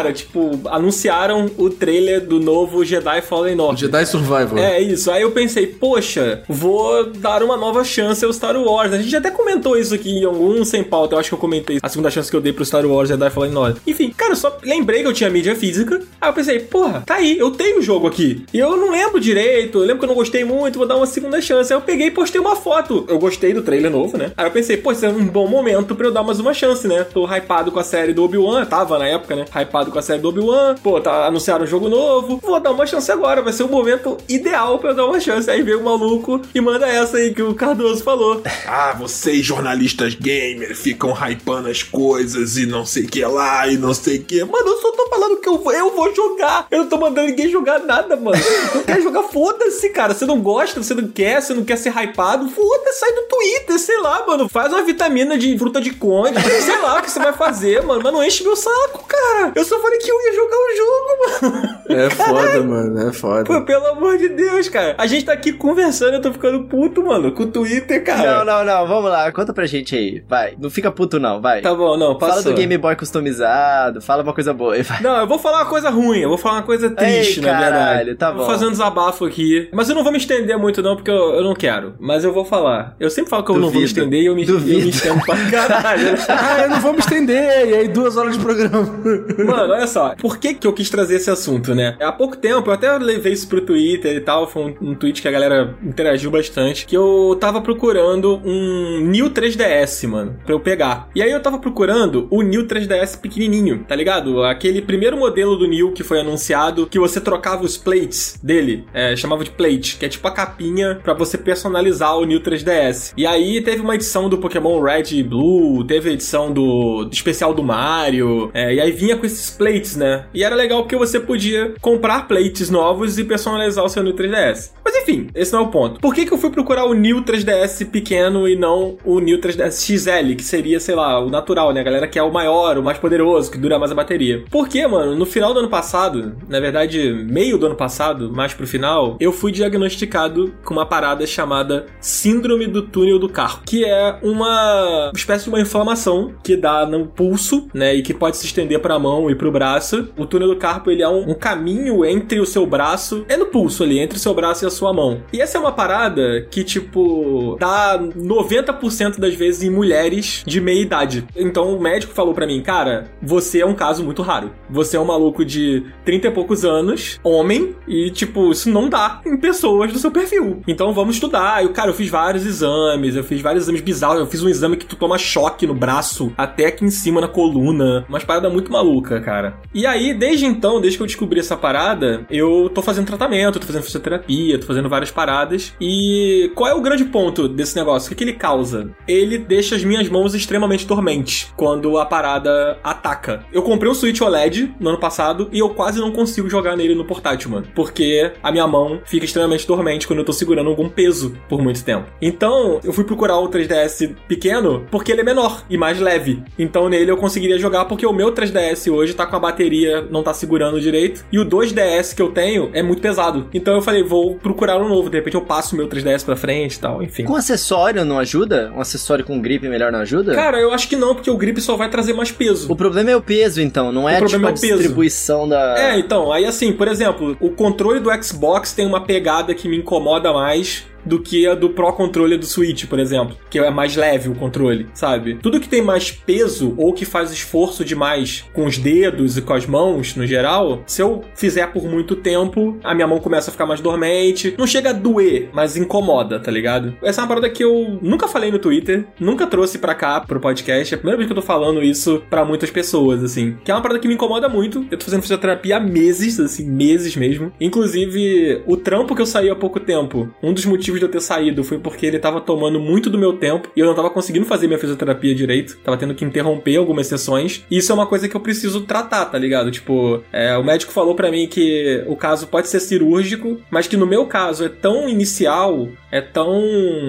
cara, tipo, anunciaram o trailer do novo Jedi Fallen Order. Jedi Survival. É isso, aí eu pensei, poxa, vou dar uma nova chance ao Star Wars. A gente até comentou isso aqui em algum Sem Pauta, eu acho que eu comentei a segunda chance que eu dei pro Star Wars Jedi Fallen Order. Enfim, cara, eu só lembrei que eu tinha mídia física, aí eu pensei, porra, tá aí, eu tenho o jogo aqui. E eu não lembro direito, eu lembro que eu não gostei muito, vou dar uma segunda chance. Aí eu peguei e postei uma foto. Eu gostei do trailer novo, né? Aí eu pensei, pô, isso é um bom momento pra eu dar mais uma chance, né? Tô hypado com a série do Obi-Wan, tava na época, né? Hypado com a série do Obi-Wan, pô, tá, anunciaram um jogo novo, vou dar uma chance agora, vai ser o momento ideal pra eu dar uma chance. Aí veio o maluco e manda essa aí que o Cardoso falou. Ah, vocês jornalistas gamer ficam hypando as coisas e não sei o que lá e não sei o que. Mano, eu só tô falando que eu vou, eu vou jogar. Eu não tô mandando ninguém jogar nada, mano. Não quer jogar, foda-se, cara. Você não gosta, você não quer, você não quer ser hypado, foda-se, sai do Twitter, sei lá, mano. Faz uma vitamina de fruta de conde, sei lá o que você vai fazer, mano. Mas não enche meu saco, cara. Eu só falei que eu ia jogar o jogo, mano. É foda, mano, é foda. Pô, pelo amor de Deus, cara. A gente tá aqui conversando, eu tô ficando puto, mano, com o Twitter, cara. Não, não, não, vamos lá, conta pra gente aí, vai. Não fica puto não, vai. Tá bom, não, passou. Fala do Game Boy customizado, fala uma coisa boa aí, vai. Não, eu vou falar uma coisa ruim, eu vou falar uma coisa triste, Ei, na caralho, verdade. tá bom. Vou fazer um desabafo aqui. Mas eu não vou me estender muito, não, porque eu, eu não quero. Mas eu vou falar. Eu sempre falo que eu Duvido. não vou me estender e eu me, eu me estendo pra caralho. Ah, eu não vou me estender. E aí, duas horas de programa. Mano, olha só. Por que que eu quis trazer esse assunto, né? Há pouco tempo, eu até levei isso pro Twitter e tal. Foi um, um tweet que a galera interagiu bastante. Que eu tava procurando um New três D S, mano, pra eu pegar. E aí eu tava procurando o New três D S pequenininho, tá ligado? Aquele primeiro modelo do New que foi anunciado, que você trocava os plates dele. É, chamava de plate, que é tipo a capinha pra você personalizar o New três D S. E aí teve uma edição do Pokémon Red e Blue, teve a edição do, do especial do Mario, é, e aí vinha com esses plates, né? E era legal porque você podia comprar plates novos e personalizar o seu New três D S. Mas enfim, esse não é o ponto. Por que que eu fui procurar o New três D S pequeno e não o New três D S X L, que seria, sei lá, o natural, né? A galera que é o maior, o mais poderoso, que dura mais a bateria. Porque, mano, no final do ano passado, na verdade, meio do ano passado, mais pro final, eu fui diagnosticado com uma parada chamada Síndrome do Túnel do Carpo, que é uma espécie de uma inflamação que dá no pulso, né? E que pode se estender pra mão e pro braço. O túnel do carpo, ele é um, um caminho entre o seu braço, é no pulso ali, entre o seu braço e a sua mão. E essa é uma parada que, tipo, dá noventa por cento das vezes em mulheres de meia idade. Então o médico falou pra mim, cara, você é um caso muito raro. Você é um maluco de trinta e poucos anos, homem, e, tipo, isso não dá em pessoas do seu perfil. Então vamos estudar. Eu, cara, eu fiz vários exames, eu fiz vários exames bizarros. Eu fiz um exame que tu toma choque no braço, até aqui em cima na coluna. Umas paradas muito maluca, cara. E aí, desde então, desde que eu descobri essa parada, eu tô fazendo tratamento, tô fazendo fisioterapia, tô fazendo várias paradas. E qual é o grande ponto desse negócio? O que que ele causa? Ele deixa as minhas mãos extremamente dormentes quando a parada ataca. Eu comprei um Switch O L E D no ano passado e eu quase não consigo jogar nele no portátil, mano. Porque a minha mão fica extremamente dormente quando eu tô segurando algum peso por muito tempo. Então, eu fui procurar o três D S pequeno porque ele é menor e mais leve. Então, nele eu conseguiria jogar porque o meu três D S hoje tá com a bateria, não tá segurando direito. E o dois D S que eu tenho é muito pesado. Então, eu falei, vou procurar um novo. De repente, eu passo o meu três D S pra frente e tal, enfim. Com acessório não ajuda? Um acessório com grip melhor não ajuda? Cara, eu acho que não, porque o grip só vai trazer mais peso. O problema é o peso, então, não é, tipo, é a distribuição da... É, então, aí assim, por exemplo, o controle do Xbox tem uma pegada que me incomoda mais do que a do Pro Controller do Switch, por exemplo, que é mais leve o controle, sabe? Tudo que tem mais peso ou que faz esforço demais com os dedos e com as mãos, no geral, se eu fizer por muito tempo, a minha mão começa a ficar mais dormente. Não chega a doer, mas incomoda, tá ligado? Essa é uma parada que eu nunca falei no Twitter, nunca trouxe pra cá, pro podcast. É a primeira vez que eu tô falando isso pra muitas pessoas, assim. Que é uma parada que me incomoda muito. Eu tô fazendo fisioterapia há meses, assim, meses mesmo. Inclusive, o trampo que eu saí há pouco tempo, um dos motivos de eu ter saído foi porque ele tava tomando muito do meu tempo e eu não tava conseguindo fazer minha fisioterapia direito, tava tendo que interromper algumas sessões, e isso é uma coisa que eu preciso tratar, tá ligado? Tipo, é, o médico falou pra mim que o caso pode ser cirúrgico, mas que no meu caso é tão inicial, é tão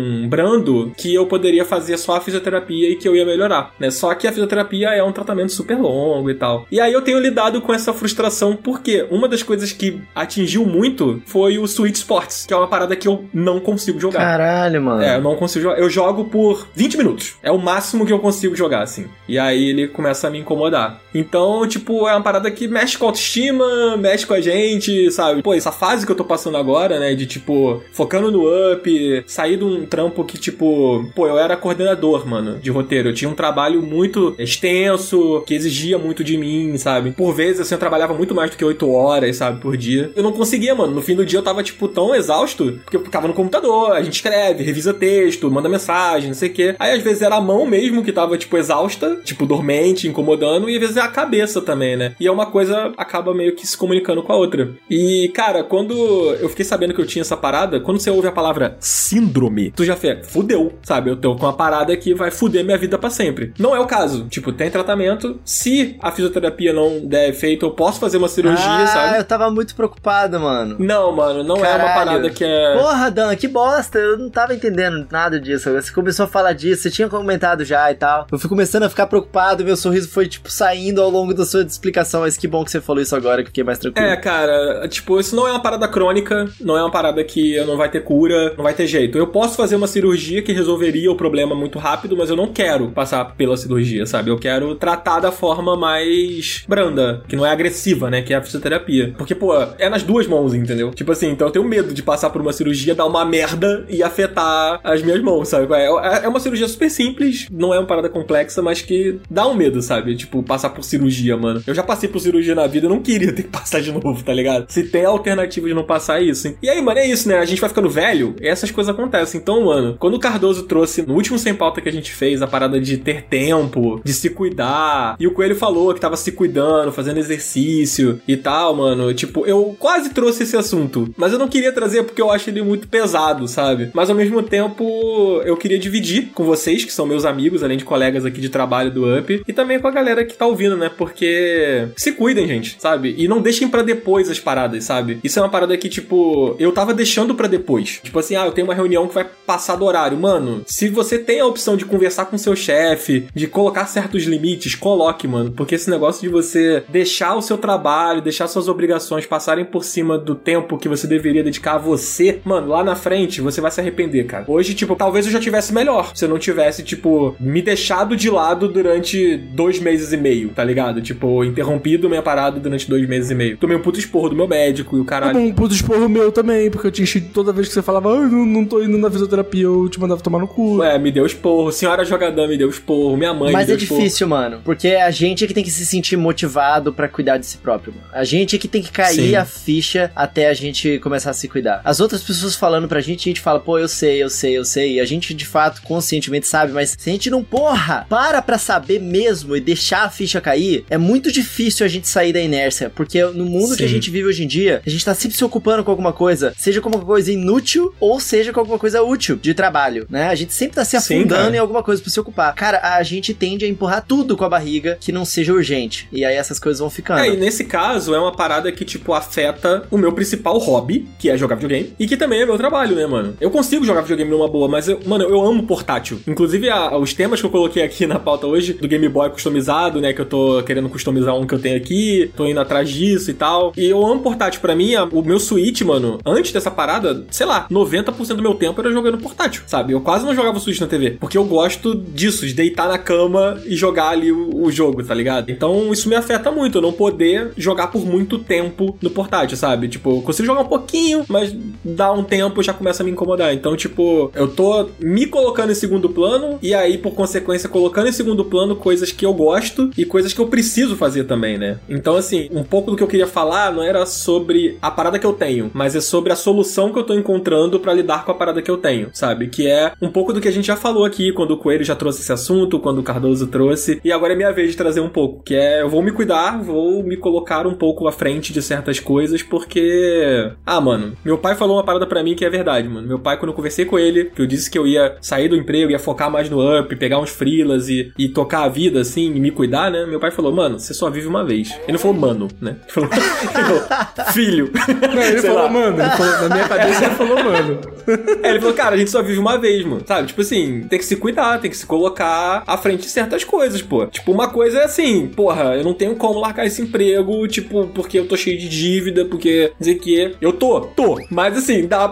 brando, que eu poderia fazer só a fisioterapia e que eu ia melhorar, né? Só que a fisioterapia é um tratamento super longo e tal. E aí eu tenho lidado com essa frustração porque uma das coisas que atingiu muito foi o Switch Sports, que é uma parada que eu não consigo jogar. Caralho, mano. É, eu não consigo jogar. Eu jogo por vinte minutos. É o máximo que eu consigo jogar, assim. E aí ele começa a me incomodar. Então, tipo, é uma parada que mexe com a autoestima, mexe com a gente, sabe? Pô, essa fase que eu tô passando agora, né, de, tipo, focando no up, sair de um trampo que, tipo... Pô, eu era coordenador, mano, de roteiro. Eu tinha um trabalho muito extenso, que exigia muito de mim, sabe? Por vezes, assim, eu trabalhava muito mais do que oito horas, sabe, por dia. Eu não conseguia, mano. No fim do dia eu tava, tipo, tão exausto, porque eu ficava no computador, a gente escreve, revisa texto, manda mensagem, não sei o quê. Aí, às vezes, era a mão mesmo que tava, tipo, exausta, tipo, dormente, incomodando, e às vezes é a cabeça também, né? E é uma coisa, acaba meio que se comunicando com a outra. E, cara, quando eu fiquei sabendo que eu tinha essa parada, quando você ouve a palavra síndrome, tu já fica, fudeu, sabe? Eu tô com uma parada que vai fuder minha vida pra sempre. Não é o caso. Tipo, tem tratamento. Se a fisioterapia não der efeito, eu posso fazer uma cirurgia, ah, sabe? eu tava muito preocupado, mano. Não, mano, não Caralho. é uma parada que é... Porra, Dan, que bosta. Eu não tava entendendo nada disso. Você começou a falar disso, você tinha comentado já e tal. Eu fui começando a ficar preocupado, meu sorriso foi, tipo, saindo ao longo da sua explicação. Mas que bom que você falou isso agora, que eu fiquei mais tranquilo. É, cara, tipo, isso não é uma parada crônica, não é uma parada que não vai ter cura, não vai ter jeito. Eu posso fazer uma cirurgia que resolveria o problema muito rápido, mas eu não quero passar pela cirurgia, sabe? Eu quero tratar da forma mais branda, que não é agressiva, né? Que é a fisioterapia. Porque, pô, é nas duas mãos, entendeu? Tipo assim, então eu tenho medo de passar por uma cirurgia, dar uma merda e afetar as minhas mãos, sabe? É, é uma cirurgia super simples, não é uma parada complexa, mas que dá um medo, sabe? Tipo, passar por cirurgia, mano. Eu já passei por cirurgia na vida, eu não queria ter que passar de novo, tá ligado? Se tem a alternativa de não passar isso, hein? E aí, mano, é isso, né? A gente vai ficando velho e essas coisas acontecem. Então, mano, quando o Cardoso trouxe no último Sem Pauta que a gente fez, a parada de ter tempo, de se cuidar, e o Coelho falou que tava se cuidando, fazendo exercício e tal, mano, tipo, eu quase trouxe esse assunto, mas eu não queria trazer porque eu acho ele muito pesado, sabe? Mas ao mesmo tempo, eu queria dividir com vocês, que são meus amigos, além de colegas aqui de trabalho do Up, e também com a galera que tá ouvindo, né? Porque se cuidem, gente, sabe? E não deixem pra depois as paradas, sabe? Isso é uma parada que, tipo, eu tava deixando pra depois. Tipo assim, ah, eu tenho uma reunião que vai passar do horário. Mano, se você tem a opção de conversar com seu chefe, de colocar certos limites, coloque, mano. Porque esse negócio de você deixar o seu trabalho, deixar suas obrigações passarem por cima do tempo que você deveria dedicar a você, mano, lá na frente você vai se arrepender, cara. Hoje, tipo, talvez eu já tivesse melhor se eu não tivesse, tipo, me deixado de lado durante dois meses e meio, tá ligado? Tipo, interrompido minha parada durante dois meses e meio. Tomei um puto esporro do meu médico e o caralho. Um puto esporro meu também, porque eu tinha enchido toda vez que você falava, ah, não, não tô indo na fisioterapia, eu te mandava tomar no cu. É, me deu esporro, senhora jogadã me deu esporro, minha mãe Mas me é deu esporro. difícil, mano, porque é a gente é que tem que se sentir motivado pra cuidar de si próprio, mano. A gente é que tem que cair Sim. a ficha até a gente começar a se cuidar. As outras pessoas falando pra gente, a gente fala, pô, eu sei, eu sei, eu sei, e a gente de fato conscientemente sabe, mas se a gente não, porra, para pra saber mesmo e deixar a ficha cair, é muito difícil a gente sair da inércia, porque no mundo Sim. que a gente vive hoje em dia, a gente tá sempre se ocupando com alguma coisa, seja com alguma coisa inútil ou seja com alguma coisa útil de trabalho, né? A gente sempre tá se afundando Sim, em alguma coisa pra se ocupar. Cara, a gente tende a empurrar tudo com a barriga que não seja urgente. E aí essas coisas vão ficando. É, e nesse caso é uma parada que, tipo, afeta o meu principal hobby, que é jogar videogame, e que também é meu trabalho, né, mano? Eu consigo jogar videogame numa boa, mas, eu, mano, eu amo portátil. Inclusive, a, os temas que eu coloquei aqui na pauta hoje, do Game Boy customizado, né, que eu tô querendo customizar um que eu tenho aqui, tô indo atrás disso e tal. E eu amo portátil. Pra mim, a, o meu Switch, mano, antes dessa parada, sei lá, noventa por cento do meu tempo era jogando portátil, sabe? Eu quase não jogava Switch na T V, porque eu gosto disso, de deitar na cama e jogar ali o, o jogo, tá ligado? Então, isso me afeta muito, eu não poder jogar por muito tempo no portátil, sabe? Tipo, eu consigo jogar um pouquinho, mas dá um tempo já começa a me incomodar. Então, tipo, eu tô me colocando em segundo plano e aí, por consequência, colocando em segundo plano coisas que eu gosto e coisas que eu preciso fazer também, né? Então, assim, um pouco do que eu queria falar não era sobre a parada que eu tenho, mas é sobre a solução que eu tô encontrando pra lidar com a parada que eu tenho, sabe? Que é um pouco do que a gente já falou aqui, quando o Coelho já trouxe esse assunto, quando o Cardoso trouxe, e agora é minha vez de trazer um pouco, que é, eu vou me cuidar, vou me colocar um pouco à frente de certas coisas, porque... Ah, mano, meu pai falou uma parada pra mim que é verdade, mano. Meu pai, quando eu conversei com ele, que eu disse que eu ia sair do emprego, ia focar mais no Up, pegar uns freelas e, e tocar a vida, assim, e me cuidar, né? Meu pai falou, mano, você só vive uma vez. Ele não falou, mano, né? Ele falou, ele falou filho. Não, ele Sei falou, lá. mano, ele falou, na minha cabeça ele falou, mano. É, ele falou, cara, a gente só vive uma vez, mano. Sabe? Tipo assim, tem que se cuidar, tem que se colocar à frente de certas coisas, pô. Tipo, uma coisa é assim, porra, eu não tenho como largar esse emprego, tipo, porque eu tô cheio de dívida, porque dizer que eu tô, tô. Mas assim, dá pra,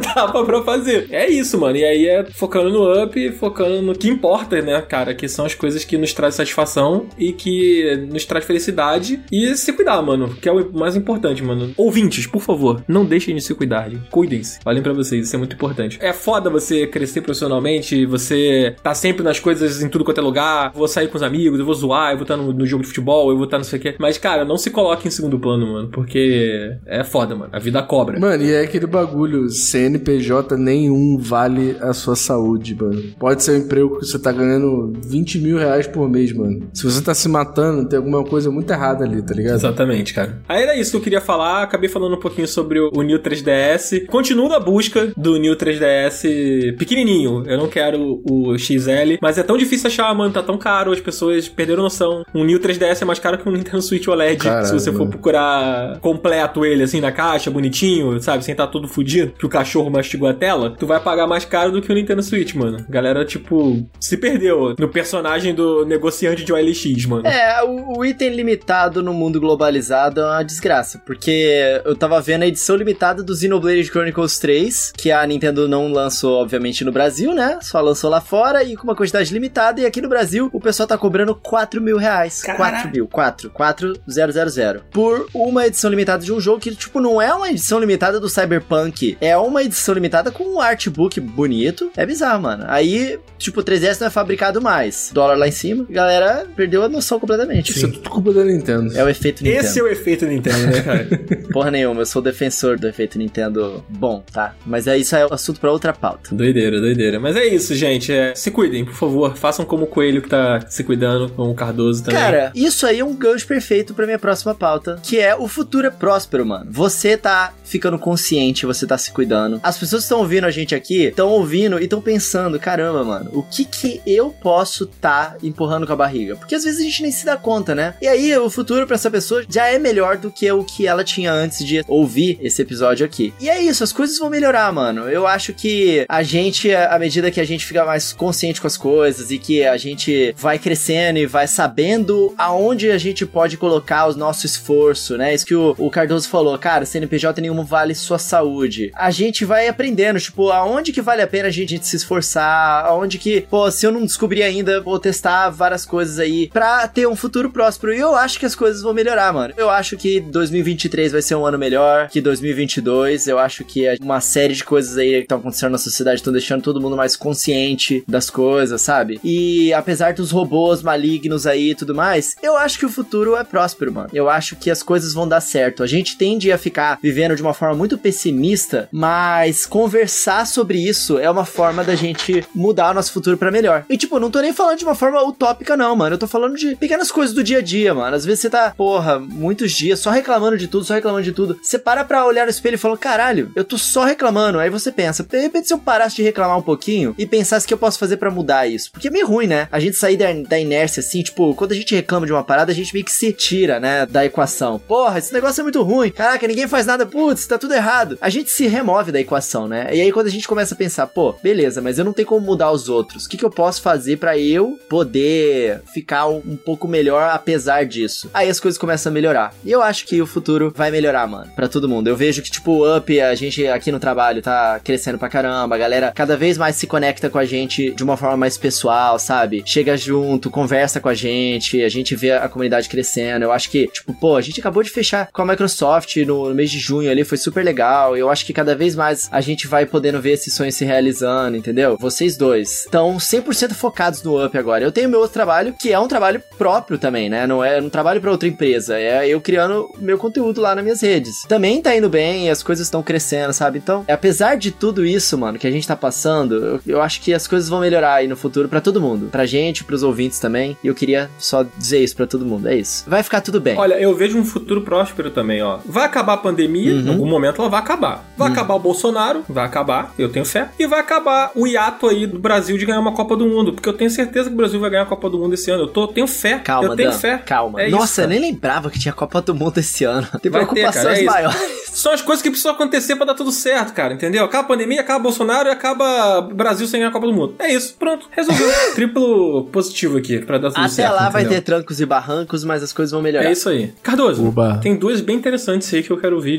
dava pra fazer. É isso, mano. E aí é focando no up, focando no que importa, né, cara? Que são as coisas que nos trazem satisfação e que nos traz felicidade. E se cuidar, mano. Que é o mais importante, mano. Ouvintes, por favor, não deixem de se cuidar. Cuidem-se. Olhem pra vocês, isso é muito importante. É foda você crescer profissionalmente, você tá sempre nas coisas em tudo quanto é lugar. Vou sair com os amigos, eu vou zoar, eu vou estar no, no jogo de futebol, eu vou estar não sei o quê. Mas, cara, não se coloque em segundo plano, mano. Porque é foda, mano. A vida cobra. Mano, e é aquele bagulho, C N P J nenhum vale a sua saúde, mano. Pode ser um emprego que você tá ganhando vinte mil reais por mês, mano. Se você tá se matando, tem alguma coisa muito errada ali, tá ligado? Exatamente, cara. Aí era isso que eu queria falar. Acabei falando um pouquinho sobre o, o New três D S. Continuo na busca do New três D S pequenininho. Eu não quero o X L, mas é tão difícil achar, mano. Tá tão caro, as pessoas perderam noção. Um New três D S é mais caro que um Nintendo Switch O L E D. Caralho, se você for mano. procurar completo ele, assim, na caixa, bonitinho, sabe? Sem estar todo fudido, que o cachorro mastigou a tela, tu vai pagar mais caro do que o Nintendo Switch, mano. Galera, tipo, se perdeu no personagem do negociante de O L X, mano. É, o, o item limitado no mundo globalizado é uma desgraça, porque eu tava vendo a edição limitada do Xenoblade Chronicles três, que a Nintendo não lançou, obviamente, no Brasil, né? Só lançou lá fora e com uma quantidade limitada, e aqui no Brasil o pessoal tá cobrando quatro mil reais. quatro mil, quatro, quatro mil, por uma edição limitada de um jogo que, tipo, não é uma edição limitada do Cyberpunk, é uma edição limitada com um artbook bonito. É bizarro, mano. Aí, tipo, o três D S não é fabricado mais. Dólar lá em cima, a galera perdeu a noção completamente. Isso é tudo culpa da Nintendo. É o efeito Nintendo. Esse é o efeito Nintendo, né, cara? Porra nenhuma, eu sou defensor do efeito Nintendo bom, tá? Mas é isso, é assunto pra outra pauta. Doideira, doideira. Mas é isso, gente. É, se cuidem, por favor. Façam como o Coelho que tá se cuidando, como o Cardoso também. Cara, isso aí é um gancho perfeito pra minha próxima pauta, que é o futuro é próspero, mano. Você tá ficando consciente, você tá se cuidando. As pessoas que estão ouvindo a gente aqui, estão ouvindo e estão pensando, caramba, mano, o que que eu posso tá empurrando com a barriga? Porque às vezes a gente nem se dá conta, né? E aí, o futuro pra essa pessoa já é melhor do que o que ela tinha antes de ouvir esse episódio aqui. E é isso, as coisas vão melhorar, mano. Eu acho que a gente, à medida que a gente fica mais consciente com as coisas e que a gente vai crescendo e vai sabendo aonde a gente pode colocar o nosso esforço, né? Isso que o, o Cardoso falou, cara, C N P J nenhum vale sua saúde. A gente vai aprendendo, tipo, aonde que vale a pena a gente se esforçar, aonde que, pô, se eu não descobri ainda, vou testar várias coisas aí pra ter um futuro próspero. E eu acho que as coisas vão melhorar, mano. Eu acho que dois mil e vinte e três vai ser um ano melhor que dois mil e vinte e dois. Eu acho que uma série de coisas aí que estão acontecendo na sociedade estão deixando todo mundo mais consciente das coisas, sabe? E apesar dos robôs malignos aí e tudo mais, eu acho que o futuro é próspero, mano. Eu acho que as coisas vão dar certo. A gente tende a ficar vivendo de uma forma muito pessimista, mas conversar sobre isso é uma forma da gente mudar o nosso futuro pra melhor. E tipo, não tô nem falando de uma forma utópica não, mano. Eu tô falando de pequenas coisas do dia a dia, mano. Às vezes você tá, porra, muitos dias só reclamando de tudo, só reclamando de tudo. Você para pra olhar no espelho e fala, caralho, eu tô só reclamando. Aí você pensa, de repente se eu parasse de reclamar um pouquinho e pensasse o que eu posso fazer pra mudar isso. Porque é meio ruim, né? A gente sair da, da inércia assim, tipo, quando a gente reclama de uma parada, a gente meio que se tira, né, da equação. Porra, esse negócio é muito ruim. Caraca, ninguém faz nada. Putz, tá tudo errado. A gente se remove da equação, né? E aí quando a gente começa a pensar, pô, beleza, mas eu não tenho como mudar os outros. O que que eu posso fazer pra eu poder ficar um, um pouco melhor apesar disso? Aí as coisas começam a melhorar. E eu acho que o futuro vai melhorar, mano, pra todo mundo. Eu vejo que, tipo, o Up, a gente aqui no trabalho tá crescendo pra caramba. A galera cada vez mais se conecta com a gente de uma forma mais pessoal, sabe? Chega junto, conversa com a gente, a gente vê a comunidade crescendo. Eu acho que, tipo, pô, a gente acabou de fechar com a Microsoft no, no mês de junho ali, foi super legal. Eu acho que cada vez mais a gente vai podendo ver esse sonho se realizando, entendeu? Vocês dois estão cem por cento focados no Up agora. Eu tenho meu outro trabalho, que é um trabalho próprio também, né? Não é um trabalho pra outra empresa, é eu criando meu conteúdo lá nas minhas redes. Também tá indo bem, as coisas estão crescendo, sabe? Então, apesar de tudo isso, mano, que a gente tá passando, eu, eu acho que as coisas vão melhorar aí no futuro pra todo mundo. Pra gente, pros ouvintes também. E eu queria só dizer isso pra todo mundo, é isso. Vai ficar tudo bem. Olha, eu vejo um futuro próspero também, ó. Vai acabar a pandemia, uhum. Em algum momento ela vai acabar. Vai uhum. acabar o Bolsonaro, vai acabar, eu tenho fé. E vai acabar o hiato aí do Brasil de ganhar uma Copa do Mundo, porque eu tenho certeza que o Brasil vai ganhar a Copa do Mundo esse ano. Eu tô, tenho fé. Calma, eu tenho Dan, fé. Calma. É Nossa, isso, eu nem lembrava que tinha Copa do Mundo esse ano. Tem vai preocupações ter, cara, é maiores. São as coisas que precisam acontecer pra dar tudo certo, cara, entendeu? Acaba a pandemia, acaba o Bolsonaro e acaba o Brasil sem ganhar a Copa do Mundo. É isso, pronto, resolveu. Triplo positivo aqui pra dar tudo Até certo. Até lá entendeu? vai ter trancos e barrancos, mas as coisas vão melhorar. É isso aí. Cardoso, Uba. Tem duas bem interessantes aí que eu quero ouvir de você, cara.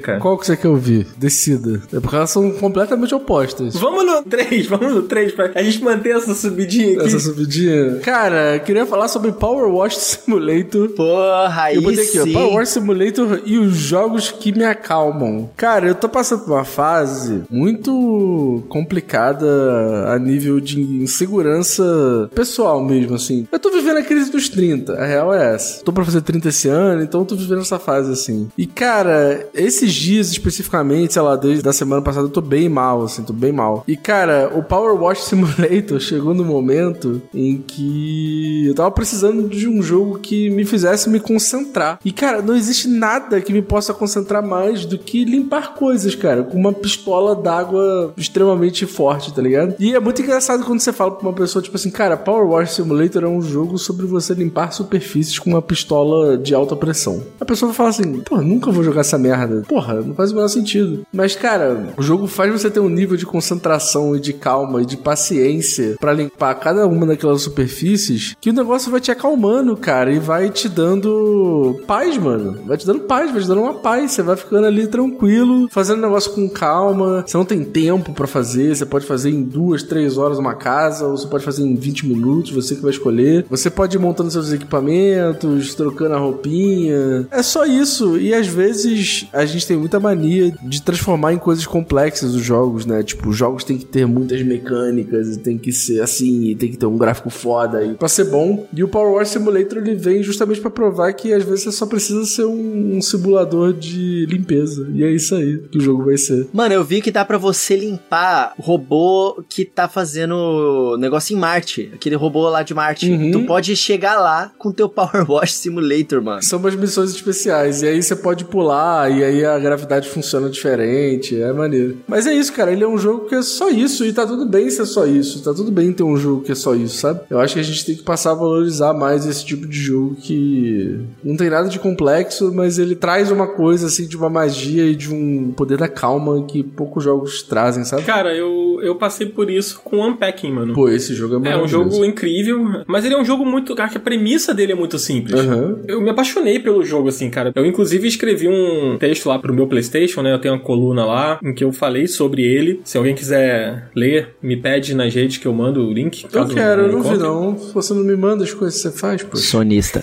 cara. Qual que você quer ouvir? Decida. É porque elas são completamente opostas. Vamos no três, vamos no três, pra a gente manter essa subidinha aqui. Essa subidinha. Cara, eu queria falar sobre Power Wash Simulator. Porra, aí Eu botei aqui, ó, sim. Power Wash Simulator e os jogos que me acalmam. Cara, eu tô passando por uma fase muito complicada a nível de insegurança pessoal mesmo, assim. Eu tô vivendo a crise dos trinta, a real é essa. Tô pra fazer trinta esse ano, então eu tô vivendo essa fase, assim. E, cara, esses dias especificamente, sei lá, desde a semana passada, eu tô bem mal, assim, tô bem mal. E, cara, o Power Wash Simulator chegou no momento em que eu tava precisando de um jogo que me fizesse me concentrar. E, cara, não existe nada que me possa concentrar mais do que limpar coisas, cara, com uma pistola d'água extremamente forte, tá ligado? E é muito engraçado quando você fala pra uma pessoa, tipo assim, cara, Power Wash Simulator é um jogo sobre você limpar superfícies com uma pistola de alta pressão. A pessoa vai falar assim, pô, nunca vou jogar essa merda. Porra, não faz o menor sentido. Mas, cara, o jogo faz você ter um nível de concentração e de calma e de paciência pra limpar cada uma daquelas superfícies que o negócio vai te acalmando, cara, e vai te dando paz, mano. Vai te dando paz, vai te dando uma paz. Você vai ficando ali tranquilo, fazendo o negócio com calma. Você não tem tempo pra fazer, você pode fazer em duas, três horas uma casa, ou você pode fazer em vinte minutos, você que vai escolher. Você pode ir montando seus equipamentos, trocando a roupinha. É só isso. E às vezes a gente tem muita mania de transformar em coisas complexas os jogos, né? Tipo, os jogos tem que ter muitas mecânicas, tem que ser assim, tem que ter um gráfico foda aí pra ser bom. E o Power Wash Simulator, ele vem justamente pra provar que às vezes você só precisa ser um, um simulador de limpeza. E é isso aí que o jogo vai ser. Mano, eu vi que dá pra você limpar robô que tá fazendo negócio em Marte. Aquele robô lá de Marte. Uhum. Tu pode chegar lá com teu Power Wash Simulator, mano. São umas missões especiais. E aí você pode pular, e aí a gravidade funciona diferente. É maneiro. Mas é isso, cara. Ele é um jogo que é só isso. E tá tudo bem ser só isso. Tá tudo bem ter um jogo que é só isso, sabe? Eu acho que a gente tem que passar a valorizar mais esse tipo de jogo que não tem nada de complexo, mas ele traz uma coisa, assim, de uma magia e de um poder da calma que poucos jogos trazem, sabe? Cara, eu, eu passei por isso com Unpacking, mano. Pô, esse jogo é maravilhoso. É um jogo incrível, mas ele é um jogo muito... Acho que a premissa dele é muito simples. Uhum. Eu me apaixonei pelo jogo, assim, cara. Eu, inclusive, escrevi um texto lá pro meu PlayStation, né? Eu tenho uma coluna lá em que eu falei sobre ele. Se alguém quiser ler, me pede nas redes que eu mando o link. Eu quero, eu não vi encontre. não. Se você não me manda as coisas que você faz, pô. Sonista.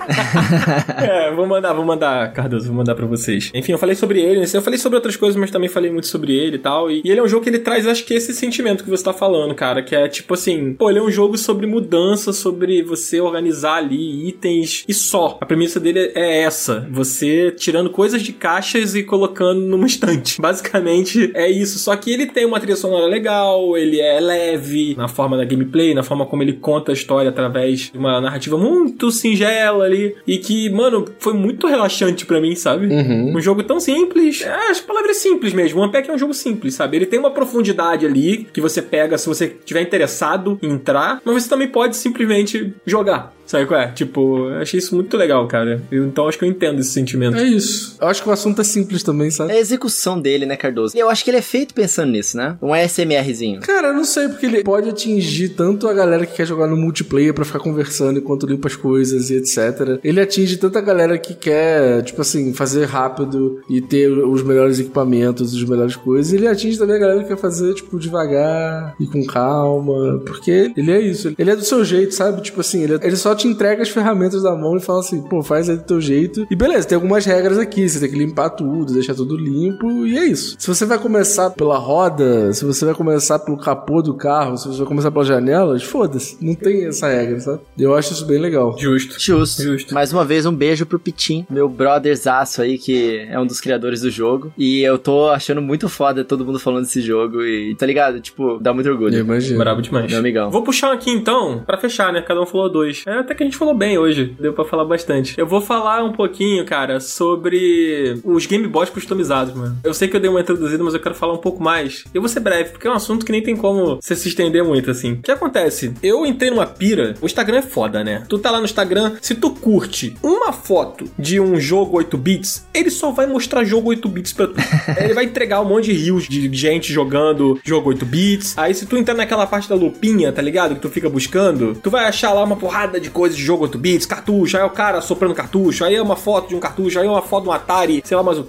É, vou mandar, vou mandar, Cardoso, vou mandar pra vocês. Enfim, eu falei sobre ele, eu falei sobre outras coisas, mas também falei muito sobre ele e tal. E, e ele é um jogo que ele traz, acho que esse sentimento que você tá falando, cara, que é tipo assim, pô, ele é um jogo sobre mudança, sobre você organizar ali itens e só. A premissa dele é essa, você tirando coisas de caixas e colocando numa estante. Basicamente é isso, só que ele tem uma trilha sonora legal, ele é leve na forma da gameplay, na forma como ele conta a história através de uma narrativa muito singela ali, e que, mano, foi muito relaxante pra mim, sabe? Uhum. Um jogo tão simples, é, as palavras simples mesmo, o Unpacking é um jogo simples, sabe? Ele tem uma profundidade ali que você pega se você tiver interessado em entrar, mas você também pode simplesmente jogar. Sabe qual é? Tipo, eu achei isso muito legal, cara. Eu, então acho que eu entendo esse sentimento. É isso. Eu acho que o assunto é simples também, sabe? É a execução dele, né, Cardoso? Eu acho que ele é feito pensando nisso, né? Um ASMRzinho. Cara, eu não sei, porque ele pode atingir tanto a galera que quer jogar no multiplayer pra ficar conversando enquanto limpa as coisas e etcétera. Ele atinge tanta galera que quer, tipo assim, fazer rápido e ter os melhores equipamentos, as melhores coisas. E ele atinge também a galera que quer fazer, tipo, devagar e com calma. Porque ele é isso. Ele é do seu jeito, sabe? Tipo assim, ele, ele só te entrega as ferramentas da mão e fala assim, pô, faz aí do teu jeito. E beleza, tem algumas regras aqui. Você tem que limpar tudo, deixar tudo limpo. E é isso. Se você vai começar pela roda, se você vai começar pelo capô do carro, se você vai começar pelas janelas, foda-se. Não tem essa regra, sabe? Eu acho isso bem legal. Justo. Justo. Justo. Mais uma vez, um beijo pro Pitim, meu brotherzaço aí, que é um dos criadores do jogo. E eu tô achando muito foda todo mundo falando desse jogo. E tá ligado? Tipo, dá muito orgulho. Eu imagino. Bravo demais. Meu amigão. Vou puxar aqui então, pra fechar, né? Cada um falou dois. É, até que a gente falou bem hoje. Deu pra falar bastante. Eu vou falar um pouquinho, cara, sobre os Game Boys customizados, mano. Eu sei que eu dei uma introduzida, mas eu quero falar um pouco mais. Eu vou ser breve, porque é um assunto que nem tem como você se estender muito, assim. O que acontece? Eu entrei numa pira. O Instagram é foda, né? Tu tá lá no Instagram, se tu curte uma foto de um jogo oito bits, ele só vai mostrar jogo oito bits pra tu. Ele vai entregar um monte de rios de gente jogando jogo oito bits. Aí se tu entrar naquela parte da lupinha, tá ligado? Que tu fica buscando, tu vai achar lá uma porrada de coisas de jogo oito bits, cartucho, aí é o cara soprando cartucho, aí é uma foto de um cartucho, aí é uma foto de um Atari, sei lá mais o que.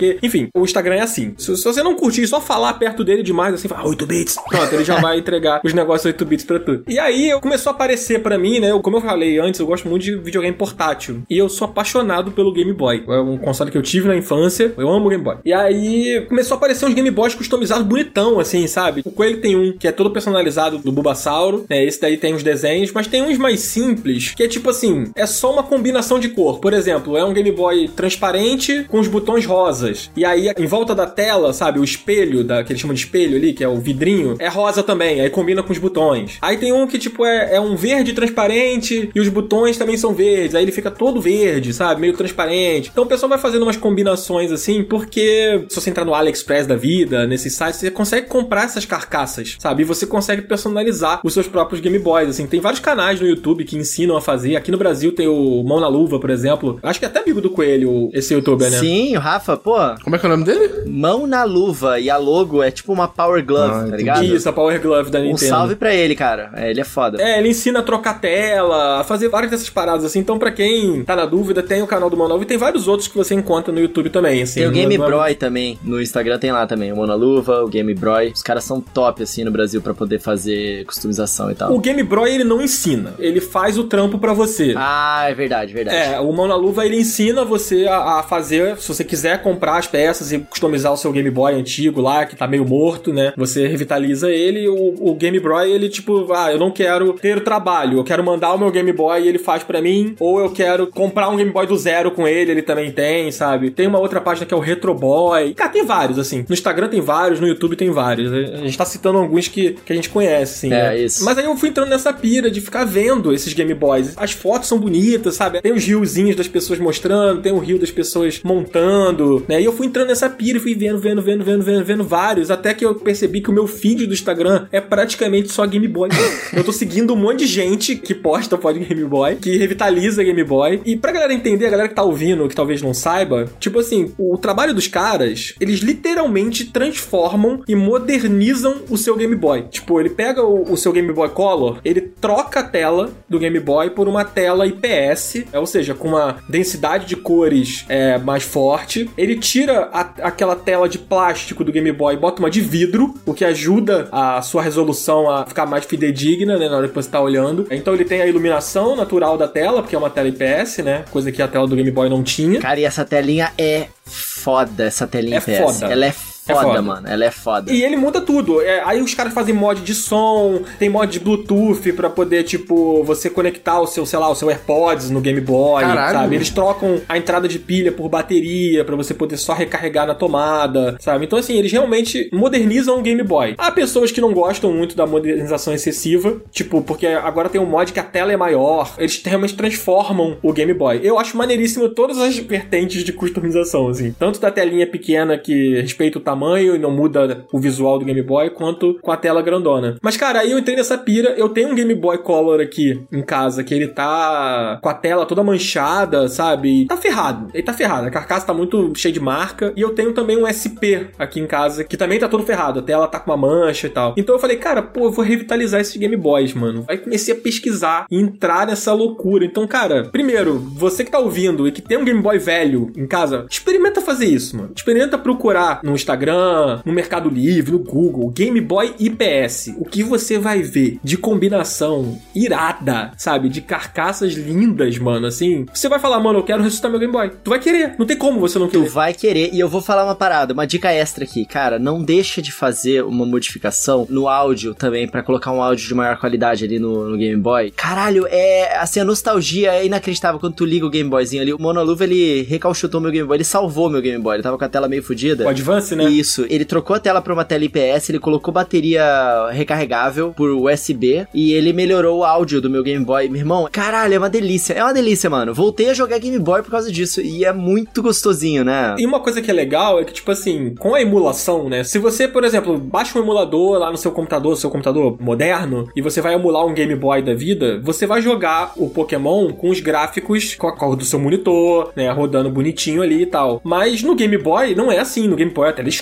quê. Enfim, o Instagram é assim. Se, se você não curtir, só falar perto dele demais, assim, falar oito bits, pronto, ele já vai entregar os negócios oito bits pra tu. E aí, começou a aparecer pra mim, né, eu, como eu falei antes, eu gosto muito de videogame portátil. E eu sou apaixonado pelo Game Boy. É um console que eu tive na infância, eu amo o Game Boy. E aí, começou a aparecer uns Game Boys customizados bonitão, assim, sabe? O Coelho tem um que é todo personalizado do Bulbasauro, né, esse daí tem uns desenhos, mas tem uns mais simples, que é tipo assim, é só uma combinação de cor. Por exemplo, é um Game Boy transparente com os botões rosas. E aí, em volta da tela, sabe, o espelho, da, que eles chamam de espelho ali, que é o vidrinho, é rosa também, aí combina com os botões. Aí tem um que, tipo, é, é um verde transparente e os botões também são verdes, aí ele fica todo verde, sabe, meio transparente. Então o pessoal vai fazendo umas combinações assim, porque se você entrar no AliExpress da vida, nesses sites, você consegue comprar essas carcaças, sabe, e você consegue personalizar os seus próprios Game Boys, assim. Tem vários canais no YouTube que ensinam a fazer. Aqui no Brasil tem o Mão na Luva, por exemplo. Acho que é até amigo do Coelho, esse youtuber, né? Sim, o Rafa, pô. Como é que é o nome dele? Mão na Luva, e a logo é tipo uma Power Glove, Ah, tá ligado? Isso, a Power Glove da Um Nintendo. salve pra ele, cara. É, ele é foda. É, ele ensina a trocar tela, a fazer várias dessas paradas, assim. Então, pra quem tá na dúvida, tem o canal do Mão na Luva e tem vários outros que você encontra no YouTube também, assim. Tem o Game Não é- Boy também, no Instagram tem lá também, o Mão na Luva, o Game Boy. Os caras são top, assim, no Brasil pra poder fazer customização e tal. O Game Boy, ele não ensina. Ele faz o trampo pra você. Ah, é verdade, verdade. É, o Mão na Luva, ele ensina você a, a fazer, se você quiser comprar as peças e customizar o seu Game Boy antigo lá, que tá meio morto, né? Você revitaliza ele. O, o Game Boy, ele tipo, ah, eu não quero ter o trabalho, eu quero mandar o meu Game Boy e ele faz pra mim, ou eu quero comprar um Game Boy do zero com ele, ele também tem, sabe? Tem uma outra página que é o Retro Boy. Cara, tem vários, assim. No Instagram tem vários, no YouTube tem vários. A gente tá citando alguns que, que a gente conhece, assim, É, né? isso. Mas aí eu fui entrando nessa pira de ficar vendo esses Game Boys. As fotos são bonitas, sabe? Tem os riozinhos das pessoas mostrando, tem o rio das pessoas montando, né? E eu fui entrando nessa pira e fui vendo, vendo, vendo, vendo, vendo, vendo vários, até que eu percebi que o meu feed do Instagram é praticamente só Game Boy. Eu tô seguindo um monte de gente que posta foto de Game Boy, que revitaliza Game Boy. E pra galera entender, a galera que tá ouvindo, que talvez não saiba, tipo assim, o trabalho dos caras, eles literalmente transformam e modernizam o seu Game Boy. Tipo, ele pega o, o seu Game Boy Color, ele troca a tela do Game Boy por uma tela I P S, é, ou seja, com uma densidade de cores é, mais forte. Ele tira a, aquela tela de plástico do Game Boy e bota uma de vidro, o que ajuda a sua resolução a ficar mais fidedigna, né, na hora que você tá olhando. Então ele tem a iluminação natural da tela, porque é uma tela I P S, né, coisa que a tela do Game Boy não tinha. Cara, e essa telinha é foda, essa telinha É I P S. foda. Ela é foda. É foda. Mano. Ela é foda. E ele muda tudo. É, aí os caras fazem mod de som, tem mod de Bluetooth pra poder, tipo, você conectar o seu, sei lá, o seu AirPods no Game Boy, Caralho. sabe? Eles trocam a entrada de pilha por bateria pra você poder só recarregar na tomada, sabe? Então, assim, eles realmente modernizam o Game Boy. Há pessoas que não gostam muito da modernização excessiva, tipo, porque agora tem um mod que a tela é maior. Eles realmente transformam o Game Boy. Eu acho maneiríssimo todas as vertentes de customização, assim. Tanto da telinha pequena que respeita o tamanho e não muda o visual do Game Boy, quanto com a tela grandona. Mas, cara, aí eu entrei nessa pira. Eu tenho um Game Boy Color aqui em casa, que ele tá com a tela toda manchada, sabe? E tá ferrado. Ele tá ferrado. A carcaça tá muito cheia de marca. E eu tenho também um S P aqui em casa, que também tá todo ferrado. A tela tá com uma mancha e tal. Então eu falei, cara, pô, eu vou revitalizar esses Game Boys, mano. Aí comecei a pesquisar e entrar nessa loucura. Então, cara, primeiro, você que tá ouvindo e que tem um Game Boy velho em casa, experimenta fazer isso, mano. Experimenta procurar no Instagram, no Mercado Livre, no Google, Game Boy I P S. O que você vai ver de combinação irada, sabe? De carcaças lindas, mano, assim. Você vai falar, mano, eu quero ressuscitar meu Game Boy. Tu vai querer. Não tem como você não Tu querer. vai querer, e eu vou falar uma parada, uma dica extra aqui, cara, não deixa de fazer uma modificação no áudio também, pra colocar um áudio de maior qualidade ali no, no Game Boy. Caralho, é, assim, a nostalgia é inacreditável quando tu liga o Game Boyzinho ali. O Monoluva, ele recauchutou meu Game Boy, ele salvou meu Game Boy, ele tava com a tela meio fodida. O Advance, né? Isso, ele trocou a tela pra uma tela I P S, ele colocou bateria recarregável por U S B e ele melhorou o áudio do meu Game Boy. Meu irmão, caralho, é uma delícia, é uma delícia, mano. Voltei a jogar Game Boy por causa disso e é muito gostosinho, né? E uma coisa que é legal é que, tipo assim, com a emulação, né? Se você, por exemplo, baixa um emulador lá no seu computador, seu computador moderno, e você vai emular um Game Boy da vida, você vai jogar o Pokémon com os gráficos com a cor do seu monitor, né? Rodando bonitinho ali e tal. Mas no Game Boy não é assim. No Game Boy a tela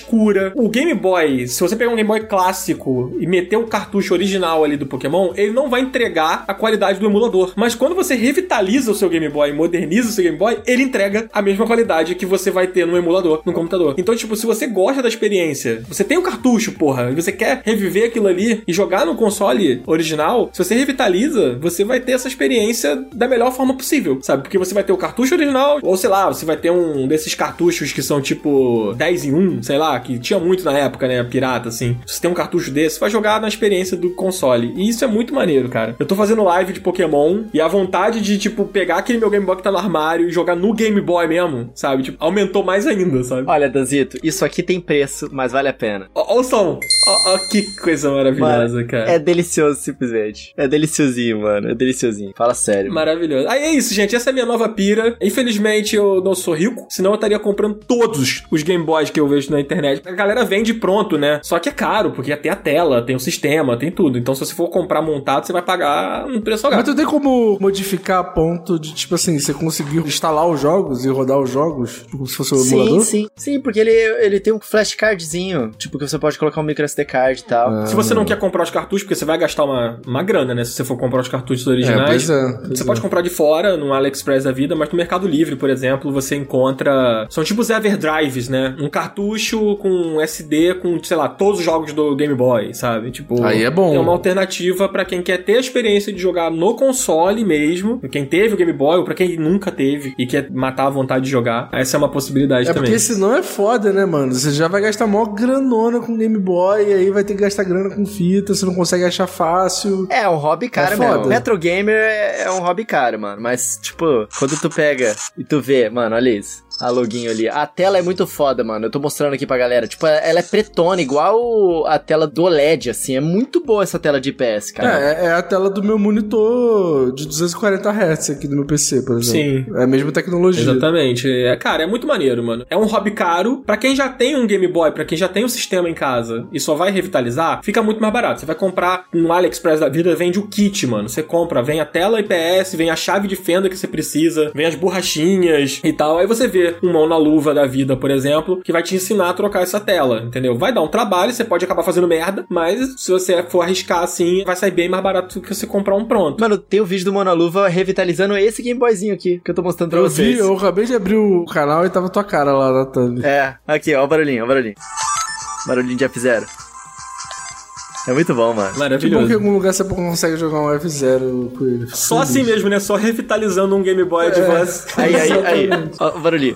frescura. O Game Boy, se você pegar um Game Boy clássico e meter o cartucho original ali do Pokémon, ele não vai entregar a qualidade do emulador. Mas quando você revitaliza o seu Game Boy, moderniza o seu Game Boy, ele entrega a mesma qualidade que você vai ter no emulador, no computador. Então, tipo, se você gosta da experiência, você tem o cartucho, porra, e você quer reviver aquilo ali e jogar no console original, se você revitaliza, você vai ter essa experiência da melhor forma possível, sabe? Porque você vai ter o cartucho original, ou sei lá, você vai ter um desses cartuchos que são tipo dez em um, sei lá, que tinha muito na época, né, pirata, assim. Se você tem um cartucho desse, você vai jogar na experiência do console. E isso é muito maneiro, cara. Eu tô fazendo live de Pokémon e a vontade de, tipo, pegar aquele meu Game Boy que tá no armário e jogar no Game Boy mesmo, sabe? Tipo, aumentou mais ainda, sabe? Olha, Danzito, isso aqui tem preço, mas vale a pena. Ó, ó o som. Ó, ó, que coisa maravilhosa, mano, cara. É delicioso, simplesmente. É deliciosinho, mano. É deliciosinho. Fala sério. Maravilhoso. Aí é isso, gente. Essa é a minha nova pira. Infelizmente, eu não sou rico, senão eu estaria comprando todos os Game Boys que eu vejo na internet. A galera vende pronto, né? Só que é caro, porque tem a tela, tem o sistema, tem tudo. Então, se você for comprar montado, você vai pagar um preço salgado. Mas tu tem como modificar a ponto de, tipo assim, você conseguir instalar os jogos e rodar os jogos, como se fosse um sim, emulador? Sim, sim. Sim, porque ele, ele tem um flashcardzinho, tipo, que você pode colocar um micro S D card e tal. Ah. Se você não quer comprar os cartuchos, porque você vai gastar uma, uma grana, né? Se você for comprar os cartuchos originais. É, pois é, pois você é. pode comprar de fora, no AliExpress da vida, mas no Mercado Livre, por exemplo, você encontra... São tipo os Everdrives, né? Um cartucho com S D com, sei lá, todos os jogos do Game Boy, sabe? Tipo... Aí é bom. É uma alternativa pra quem quer ter a experiência de jogar no console mesmo, pra quem teve o Game Boy ou pra quem nunca teve e quer matar a vontade de jogar. Essa é uma possibilidade É também. porque senão é foda, né, mano? Você já vai gastar mó granona com Game Boy, e aí vai ter que gastar grana com fita, você não consegue achar fácil. É, um hobby caro É foda. mesmo. Retro Gamer é é um hobby caro, mano. Mas, tipo, quando tu pega e tu vê, mano, olha isso. A loguinho ali. A tela é muito foda, mano. Eu tô mostrando aqui pra galera. Tipo, ela é pretona, igual a tela do O L E D, assim. É muito boa essa tela de I P S, cara. É, é a tela do meu monitor de duzentos e quarenta hertz aqui do meu P C, por exemplo. Sim. É a mesma tecnologia. Exatamente. É, cara, é muito maneiro, mano. É um hobby caro. Pra quem já tem um Game Boy, pra quem já tem um sistema em casa e só vai revitalizar, fica muito mais barato. Você vai comprar no AliExpress da vida, vende o kit, mano. Você compra, vem a tela I P S, vem a chave de fenda que você precisa, vem as borrachinhas e tal. Aí você vê um mão na luva da vida, por exemplo, que vai te ensinar a trocar essa tela, entendeu? Vai dar um trabalho, você pode acabar fazendo merda, mas se você for arriscar assim, vai sair bem mais barato do que você comprar um pronto. Mano, tem o vídeo do Mão na Luva revitalizando esse Game Boyzinho aqui, que eu tô mostrando pra Eu vocês. vi, eu acabei de abrir o canal e tava tua cara lá na thumb. É, aqui, ó o barulhinho, ó o barulhinho. Barulhinho de F zero. É muito bom, mano. Que bom Maravilhoso. que em algum lugar você consegue jogar um F zero com ele. Só assim mesmo, né? Só revitalizando um Game Boy Advance. Aí, aí, aí. Ó o barulhinho.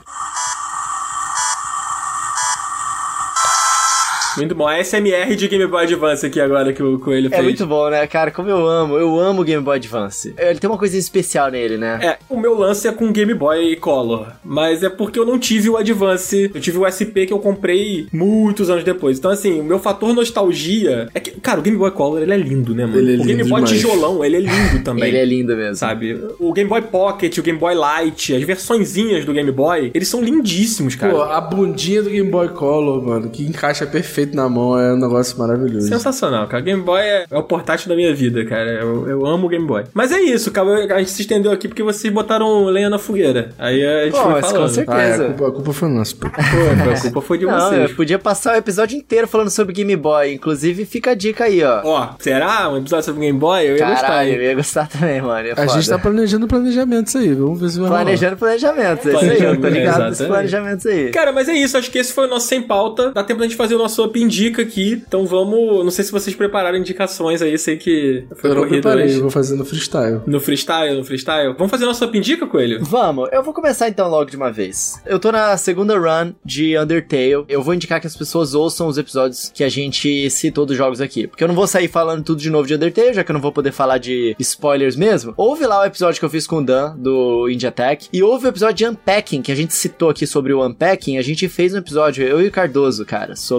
Muito bom. A S M R de Game Boy Advance aqui agora que o Coelho fez. É muito bom, né, cara? Como eu amo. Eu amo o Game Boy Advance. Ele tem uma coisa especial nele, né? É, o meu lance é com o Game Boy Color, mas é porque eu não tive o Advance, eu tive o S P que eu comprei muitos anos depois. Então, assim, o meu fator nostalgia é que, cara, o Game Boy Color, ele é lindo, né, mano? Ele é o Game lindo Boy demais. tijolão, ele é lindo também. Ele é lindo mesmo. Sabe? O Game Boy Pocket, o Game Boy Light, as versõezinhas do Game Boy, eles são lindíssimos, cara. Pô, a bundinha do Game Boy Color, mano, que encaixa perfeito na mão, é um negócio maravilhoso. Sensacional, cara. Game Boy é, é o portátil da minha vida, cara. Eu, eu amo o Game Boy. Mas é isso, cara. A gente se estendeu aqui porque vocês botaram lenha na fogueira. Aí a gente Pô, foi mas falando. com certeza. Ah, é, a, culpa, a culpa foi nossa, pô. Pô, a culpa foi de Não, vocês. eu podia passar o episódio inteiro falando sobre Game Boy. Inclusive, fica a dica aí, ó. Ó, será? Um episódio sobre Game Boy? Eu ia gostar, Caralho, hein? eu ia gostar também, mano. É A foda. gente tá planejando planejamentos aí, vamos ver se vai rolar. Planejando planejamentos. É isso aí, eu tô Planejamento, ligado nesses exatamente. planejamentos aí. Cara, mas é isso. Acho que esse foi o nosso Sem Pauta. Dá tempo da gente fazer o nosso Up Indica aqui. Então vamos... Não sei se vocês prepararam indicações aí. Sei que foi Eu não corrido preparei, hoje. eu vou fazer no freestyle. No freestyle, no freestyle. Vamos fazer nosso Up Indica, Coelho? Vamos, eu vou começar então logo de uma vez. Eu tô na segunda run de Undertale. Eu vou indicar que as pessoas ouçam os episódios que a gente citou dos jogos aqui. Porque eu não vou sair falando tudo de novo de Undertale, já que eu não vou poder falar de spoilers mesmo. Ouve lá o episódio que eu fiz com o Dan, do Indie Attack. E ouve o episódio de Unpacking, que a gente citou aqui sobre o Unpacking. A gente fez um episódio, eu e o Cardoso, cara, sobre o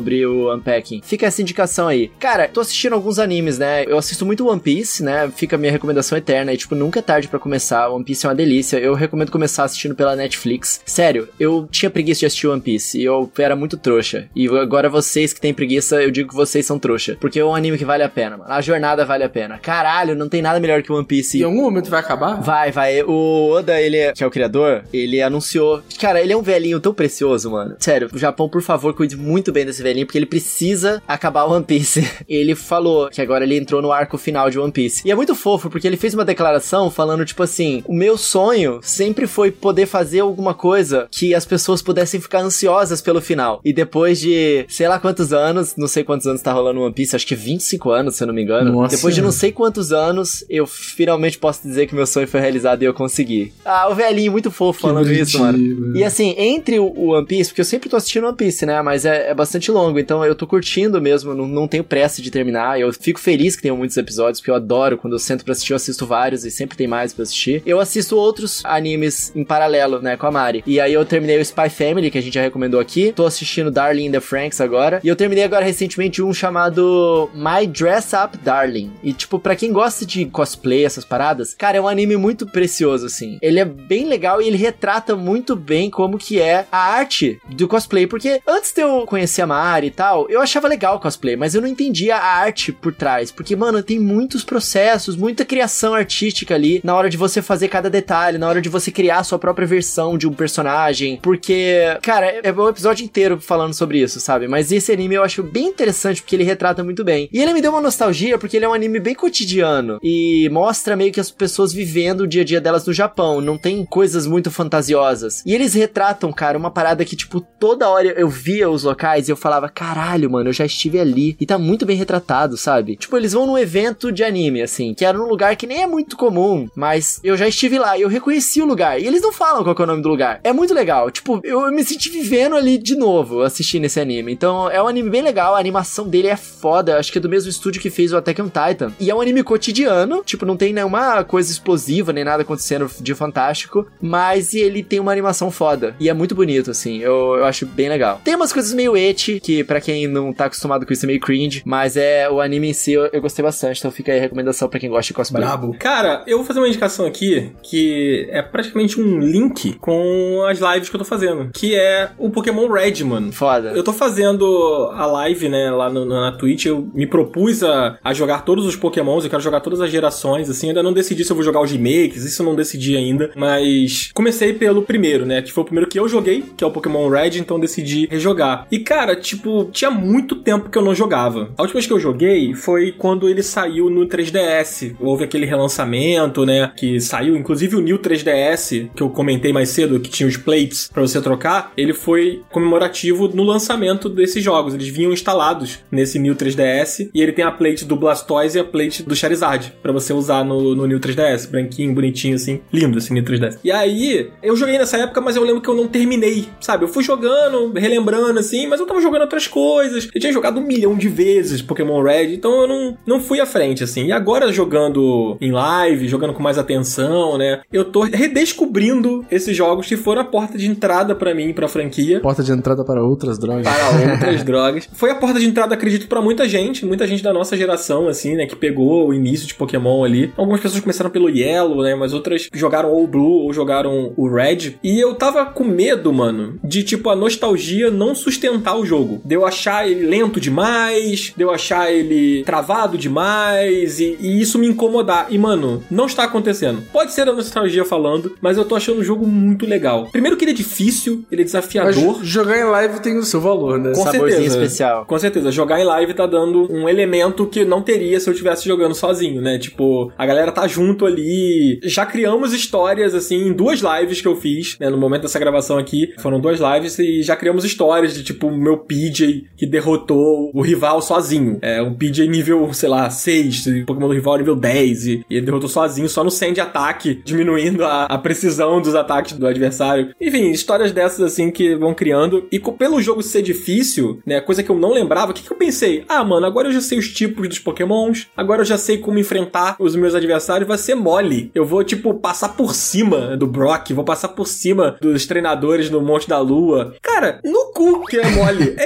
do Unpacking. Fica essa indicação aí. Cara, tô assistindo alguns animes, né? Eu assisto muito One Piece, né? Fica a minha recomendação eterna e, tipo, nunca é tarde pra começar. One Piece é uma delícia. Eu recomendo começar assistindo pela Netflix. Sério, eu tinha preguiça de assistir One Piece e eu era muito trouxa. E agora vocês que têm preguiça, eu digo que vocês são trouxa. Porque é um anime que vale a pena, mano. A jornada vale a pena. Caralho, não tem nada melhor que One Piece. Em algum momento vai acabar? Vai, vai. O Oda, ele é, que é o criador, ele anunciou... Cara, ele é um velhinho tão precioso, mano. Sério, o Japão, por favor, cuide muito bem desse velhinho, porque ele precisa acabar o One Piece. Ele falou que agora ele entrou no arco final de One Piece. E é muito fofo, porque ele fez uma declaração falando, tipo assim, o meu sonho sempre foi poder fazer alguma coisa que as pessoas pudessem ficar ansiosas pelo final. E depois de, sei lá quantos anos, não sei quantos anos tá rolando One Piece, acho que vinte e cinco anos, se eu não me engano. Nossa. Depois de não sei quantos anos, eu finalmente posso dizer que meu sonho foi realizado e eu consegui. Ah, o velhinho muito fofo Que falando bonitinho, isso, mano. mano. E assim, entre o, o One Piece, porque eu sempre tô assistindo One Piece, né? Mas é, é bastante longo, então eu tô curtindo mesmo, não, não tenho pressa de terminar. Eu fico feliz que tenham muitos episódios, porque eu adoro, quando eu sento pra assistir, eu assisto vários e sempre tem mais pra assistir. Eu assisto outros animes em paralelo, né, com a Mari. E aí eu terminei o Spy Family, que a gente já recomendou aqui. Tô assistindo Darling in the Franxx agora. E eu terminei agora recentemente um chamado My Dress Up Darling. E tipo, pra quem gosta de cosplay, essas paradas, cara, é um anime muito precioso, assim. Ele é bem legal e ele retrata muito bem como que é a arte do cosplay. Porque antes de eu conhecer a Mari e tal, eu achava legal o cosplay, mas eu não entendia a arte por trás. Porque, mano, tem muitos processos, muita criação artística ali na hora de você fazer cada detalhe, na hora de você criar a sua própria versão de um personagem. Porque, cara, é um episódio inteiro falando sobre isso, sabe? Mas esse anime eu acho bem interessante porque ele retrata muito bem. E ele me deu uma nostalgia porque ele é um anime bem cotidiano e mostra meio que as pessoas vivendo o dia a dia delas no Japão. Não tem coisas muito fantasiosas. E eles retratam, cara, uma parada que, tipo, toda hora eu via os locais e eu falava, caralho, mano, eu já estive ali. E tá muito bem retratado, sabe? Tipo, eles vão num evento de anime, assim, que era num lugar que nem é muito comum, mas eu já estive lá e eu reconheci o lugar. E eles não falam qual que é o nome do lugar. É muito legal. Tipo, eu me senti vivendo ali de novo assistindo esse anime. Então, é um anime bem legal. A animação dele é foda. Acho que é do mesmo estúdio que fez o Attack on Titan. E é um anime cotidiano. Tipo, não tem nenhuma coisa explosiva, nem nada acontecendo de fantástico. Mas ele tem uma animação foda. E é muito bonito, assim. Eu, eu acho bem legal. Tem umas coisas meio ecchi, que pra quem não tá acostumado com isso é meio cringe. Mas é o anime em si, eu, eu gostei bastante. Então fica aí a recomendação pra quem gosta de cosplay. Brabo. Cara, eu vou fazer uma indicação aqui que é praticamente um link com as lives que eu tô fazendo, que é o Pokémon Red, mano. Foda. Eu tô fazendo a live, né, lá no, na Twitch. Eu me propus a, a jogar todos os Pokémons, eu quero jogar todas as gerações, assim. Eu ainda não decidi se eu vou jogar os remakes, isso eu não decidi ainda. Mas comecei pelo primeiro, né, que foi o primeiro que eu joguei, que é o Pokémon Red, então decidi rejogar. E, cara, tipo, tinha muito tempo que eu não jogava. A última vez que eu joguei foi quando ele saiu no três D S. Houve aquele relançamento, né, que saiu, inclusive o New três D S, que eu comentei mais cedo, que tinha os plates pra você trocar, ele foi comemorativo no lançamento desses jogos. Eles vinham instalados nesse New três D S e ele tem a plate do Blastoise e a plate do Charizard pra você usar no, no New três D S. Branquinho, bonitinho, assim. Lindo esse New três D S. E aí, eu joguei nessa época, mas eu lembro que eu não terminei, sabe? Eu fui jogando, relembrando, assim, mas eu tava jogando outras coisas. Eu tinha jogado um milhão de vezes Pokémon Red, então eu não, não fui à frente, assim. E agora, jogando em live, jogando com mais atenção, né? Eu tô redescobrindo esses jogos que foram a porta de entrada pra mim, pra franquia. Porta de entrada para outras drogas. Para outras drogas. Foi a porta de entrada, acredito, pra muita gente. Muita gente da nossa geração, assim, né? Que pegou o início de Pokémon ali. Algumas pessoas começaram pelo Yellow, né? Mas outras jogaram ou o Blue ou jogaram o Red. E eu tava com medo, mano, de, tipo, a nostalgia não sustentar o jogo. De eu achar ele lento demais, de eu achar ele travado demais e, e isso me incomodar. E, mano, não está acontecendo. Pode ser a nostalgia falando, mas eu tô achando o jogo muito legal. Primeiro que ele é difícil, ele é desafiador. Mas jogar em live tem o seu valor, né? Com Saborzinho certeza. especial. Com certeza. Jogar em live tá dando um elemento que não teria se eu estivesse jogando sozinho, né? Tipo, a galera tá junto ali. Já criamos histórias, assim, em duas lives que eu fiz, né? No momento dessa gravação aqui, foram duas lives e já criamos histórias de, tipo, o meu P J que derrotou o rival sozinho. É, um P J nível, sei lá, seis, o Pokémon do rival nível dez, e, e ele derrotou sozinho, só no send ataque, diminuindo a, a precisão dos ataques do adversário. Enfim, histórias dessas, assim, que vão criando. E co- pelo jogo ser difícil, né, coisa que eu não lembrava, o que, que eu pensei? Ah, mano, agora eu já sei os tipos dos Pokémons, agora eu já sei como enfrentar os meus adversários, vai ser mole. Eu vou, tipo, passar por cima do Brock, vou passar por cima dos treinadores no Monte da Lua. Cara, no cu que é mole. É difícil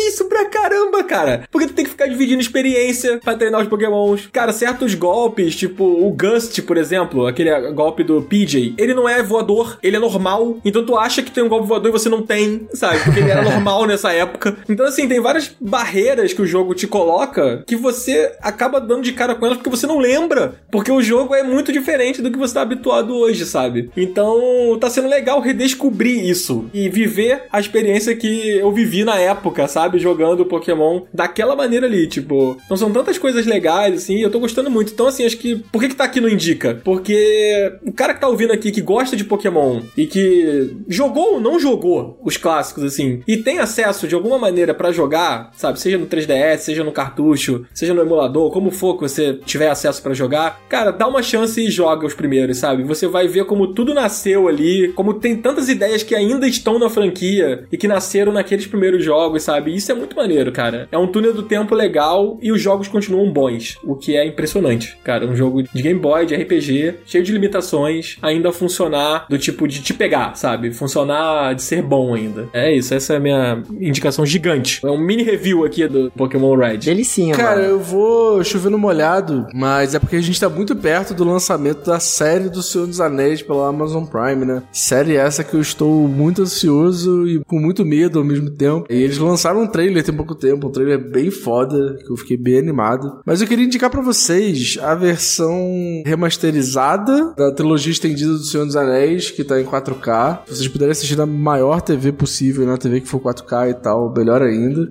difícil pra caramba, cara. Porque tu tem que ficar dividindo experiência pra treinar os pokémons. Cara, certos golpes, tipo o Gust, por exemplo, aquele golpe do P J, ele não é voador, ele é normal. Então tu acha que tem um golpe voador e você não tem, sabe? Porque ele era normal nessa época. Então, assim, tem várias barreiras que o jogo te coloca que você acaba dando de cara com elas porque você não lembra. Porque o jogo é muito diferente do que você tá habituado hoje, sabe? Então, tá sendo legal redescobrir isso e viver a experiência que eu vivi na época, sabe? Jogando Pokémon daquela maneira ali, tipo... Então são tantas coisas legais, assim, e eu tô gostando muito. Então, assim, acho que... Por que que tá aqui no Indica? Porque o cara que tá ouvindo aqui, que gosta de Pokémon e que jogou ou não jogou os clássicos, assim, e tem acesso de alguma maneira pra jogar, sabe? Seja no três D S, seja no cartucho, seja no emulador, como for que você tiver acesso pra jogar, cara, dá uma chance e joga os primeiros, sabe? Você vai ver como tudo nasceu ali, como tem tantas ideias que ainda estão na franquia e que nasceram naqueles primeiros jogos, sabe? Isso é muito maneiro, cara. É um túnel do tempo legal e os jogos continuam bons, o que é impressionante, cara. Um jogo de Game Boy, de R P G, cheio de limitações, ainda funcionar do tipo de te pegar, sabe? Funcionar de ser bom ainda. É isso, essa é a minha indicação gigante. É um mini review aqui do Pokémon Red. Delicinha, cara, mano. eu vou chover no molhado, mas é porque a gente tá muito perto do lançamento da série do Senhor dos Anéis pela Amazon Prime, né? Série essa que eu estou muito ansioso e com muito medo ao mesmo tempo. E eles lançaram um trailer tem pouco tempo, um trailer bem foda, que eu fiquei bem animado. Mas eu queria indicar pra vocês a versão remasterizada da trilogia estendida do Senhor dos Anéis, que tá em quatro K. Se vocês puderem assistir na maior T V possível, na T V que for quatro K e tal, melhor ainda.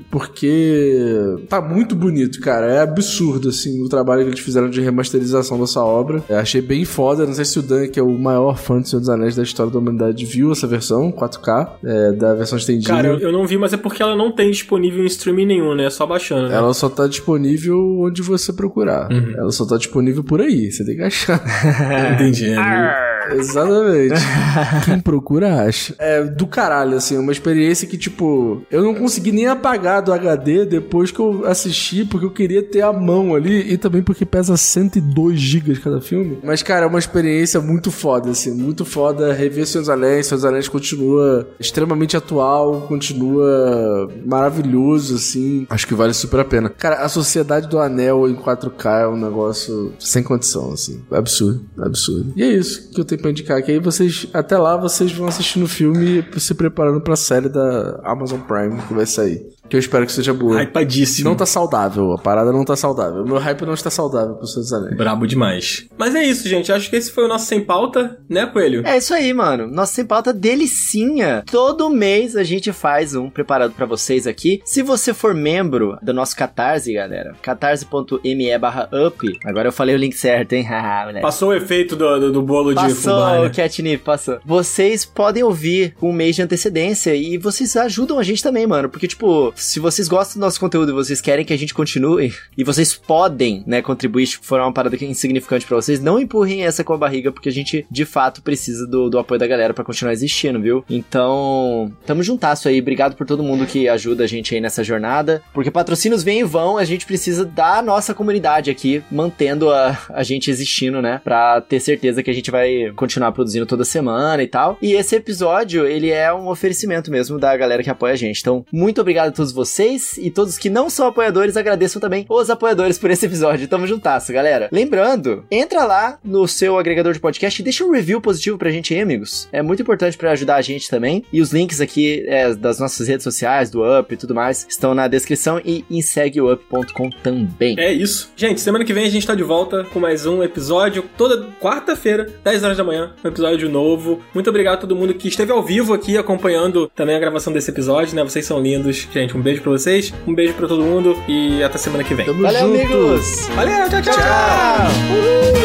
Porque tá muito bonito, cara. É absurdo, assim, o trabalho que eles fizeram de remasterização dessa obra. Eu achei bem foda. Não sei se o Dan, que é o maior fã do Senhor dos Anéis da história da humanidade, viu essa versão, quatro K, é, da versão estendida. Cara, eu, eu não vi, mas é porque ela não tem disponível em streaming nenhum, né? É só baixando, né? Ela só tá disponível onde você procurar. Uhum. Ela só tá disponível por aí. Você tem que achar. Entendi. Exatamente. Quem procura, acha. É do caralho, assim, uma experiência que, tipo, eu não consegui nem apagar do H D depois que eu assisti, porque eu queria ter a mão ali, e também porque pesa cento e dois gigas cada filme. Mas, cara, é uma experiência muito foda, assim, muito foda rever Senhor dos Anéis. Senhor dos Anéis continua extremamente atual, continua maravilhoso, assim. Acho que vale super a pena. Cara, a Sociedade do Anel em quatro K é um negócio sem condição, assim. Absurdo, absurdo. E é isso que eu tenho pra indicar, que aí vocês, até lá, vocês vão assistindo o filme e se preparando pra série da Amazon Prime que vai sair. Que eu espero que seja boa. Hypadíssimo. Não tá saudável, a parada não tá saudável. O meu hype não está saudável pro Senhor dos Anéis. Brabo demais. Mas é isso, gente. Acho que esse foi o nosso Sem Pauta, né, Coelho? É isso aí, mano. Nosso Sem Pauta delicinha. Todo mês a gente faz um preparado pra vocês aqui. Se você for membro do nosso Catarse, galera, catarse.me barra up. Agora eu falei o link certo, hein? Passou o efeito do, do, do bolo passou, de fubá, né? Passou, o catnip, passou. Vocês podem ouvir com um mês de antecedência e vocês ajudam a gente também, mano. Porque, tipo, se vocês gostam do nosso conteúdo e vocês querem que a gente continue, e vocês podem, né, contribuir, tipo, for uma parada insignificante pra vocês, não empurrem essa com a barriga, porque a gente, de fato, precisa do, do apoio da galera pra continuar existindo, viu? Então, tamo juntasso aí. Obrigado por todo mundo que ajuda a gente aí nessa jornada, porque patrocínios vêm e vão, a gente precisa da nossa comunidade aqui, mantendo a, a gente existindo, né, pra ter certeza que a gente vai continuar produzindo toda semana e tal. E esse episódio, ele é um oferecimento mesmo da galera que apoia a gente. Então, muito obrigado a todos vocês e todos que não são apoiadores, agradeço também os apoiadores por esse episódio. Tamo juntasso, galera. Lembrando, entra lá no seu agregador de podcast e deixa um review positivo pra gente aí, amigos. É muito importante pra ajudar a gente também. E os links aqui é, das nossas redes sociais, do Up e tudo mais, estão na descrição e em segue o up ponto com também. É isso. Gente, semana que vem a gente tá de volta com mais um episódio. Toda quarta-feira, dez horas da manhã, um episódio novo. Muito obrigado a todo mundo que esteve ao vivo aqui acompanhando também a gravação desse episódio, né? Vocês são lindos. Gente, um beijo pra vocês, um beijo pra todo mundo e até semana que vem. Tamo Valeu, junto. Amigos! Valeu, tchau, tchau! Tchau! Uhul.